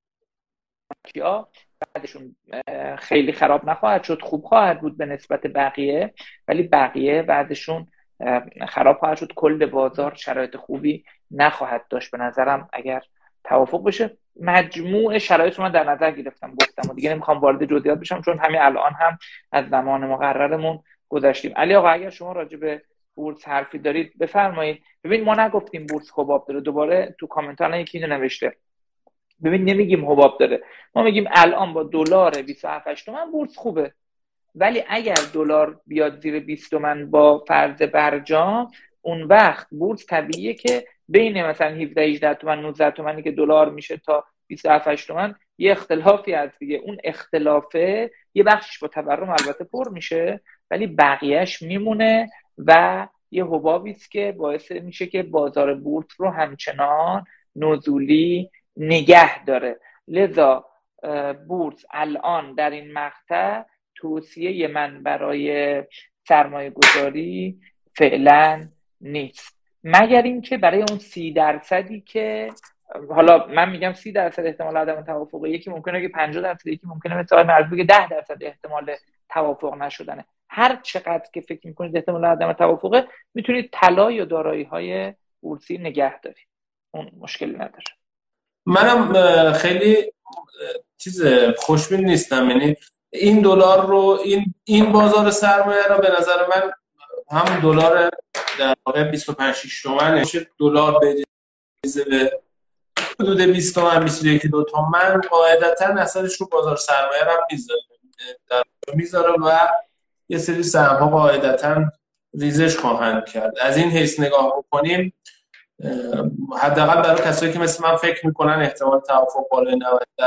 بعدشون خیلی خراب نخواهد شد، خوب خواهد بود به نسبت بقیه، ولی بقیه بعدشون خراب خواهد شد. کل بازار شرایط خوبی نخواهد داشت به نظرم اگر توافق بشه. مجموع شرایط رو من در نظر گرفتم، گفتم و دیگه نمیخوام وارد جزئیات بشم، چون همین الان هم از زمان مقررمون گذشتیم. علی آقا اگر شما راجع به بورس حرفی دارید بفرمایید. ببین ما نگفتیم بورس حباب داره، دوباره تو کامنت ها یکی اینو نوشته. ببین نمیگیم حباب داره، ما میگیم الان با دلار 27 تومن بورس خوبه، ولی اگر دلار بیاد زیر 20 تومن با فرض برجام، اون وقت بورس طبیعیه که بین مثلا 17 18 تومن 19 تومنی که دلار میشه تا 27 تومن یه اختلافی هست دیگه. اون اختلافه یه بخشش با تورم البته پر میشه، ولی بقیهش میمونه و یه حبابی است که باعث میشه که بازار بورس رو همچنان نزولی نگه داره. لذا بورس الان در این مقطع توصیه من برای سرمایه گذاری فعلا نیست، مگر اینکه برای اون 30% که حالا من میگم 30% احتمال عدم توافق، یکی ممکنه که 50%، یکی ممکنه مثل آقای مرزی بگه 10% احتمال توافق نشدنه. هر چقدر که فکر میکنید احتمال عدم توافقه، میتونید طلا یا دارایی‌های بورسی نگه دارید، اون مشکلی نداره. منم خیلی خوشبین نیستم. یعنی این دلار رو، این بازار سرمایه رو به نظر من هم دلار در واقع 25 6 تومنه، دلار بریزه به حدود 20 تومن 21 تومن قاعدتا اثرش رو بازار سرمایه هم میذاره و یه سری سهم‌ها قاعدتا ریزش خواهند کرد. از این حیث نگاه بکنیم حداقل برای کسایی که مثل من فکر میکنن احتمال توافق بالای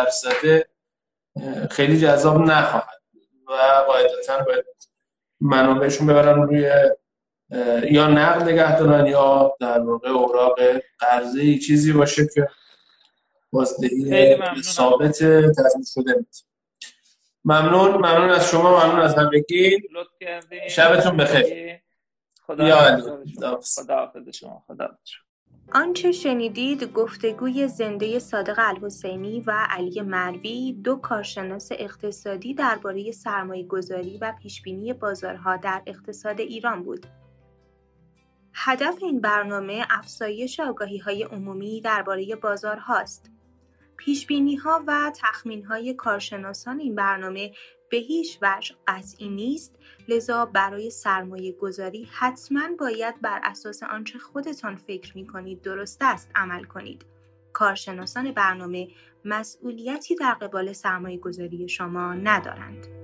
90% خیلی جذاب نخواهد و قاعدتا باید منابعشون ببرن روی یا نقد نگه دارن یا در واقع اوراق قرضه‌ای چیزی باشه که بازدهی ثابت تضمین شده میده. ممنون از شما، ممنون از همگی. شبتون بخیر. خداحافظ شما. آنچه شنیدید گفتگوی زنده صادق الحسینی و علی مروی، دو کارشناس اقتصادی درباره سرمایه‌گذاری و پیشبینی بازارها در اقتصاد ایران بود. هدف این برنامه افزایش آگاهی‌های عمومی درباره بازارهاست. پیشبینی‌ها و تخمین‌های کارشناسان این برنامه به هیچ وجه قطعی نیست، لذا برای سرمایه‌گذاری حتماً باید بر اساس آنچه خودتان فکر می‌کنید درست است عمل کنید. کارشناسان برنامه مسئولیتی در قبال سرمایه‌گذاری شما ندارند.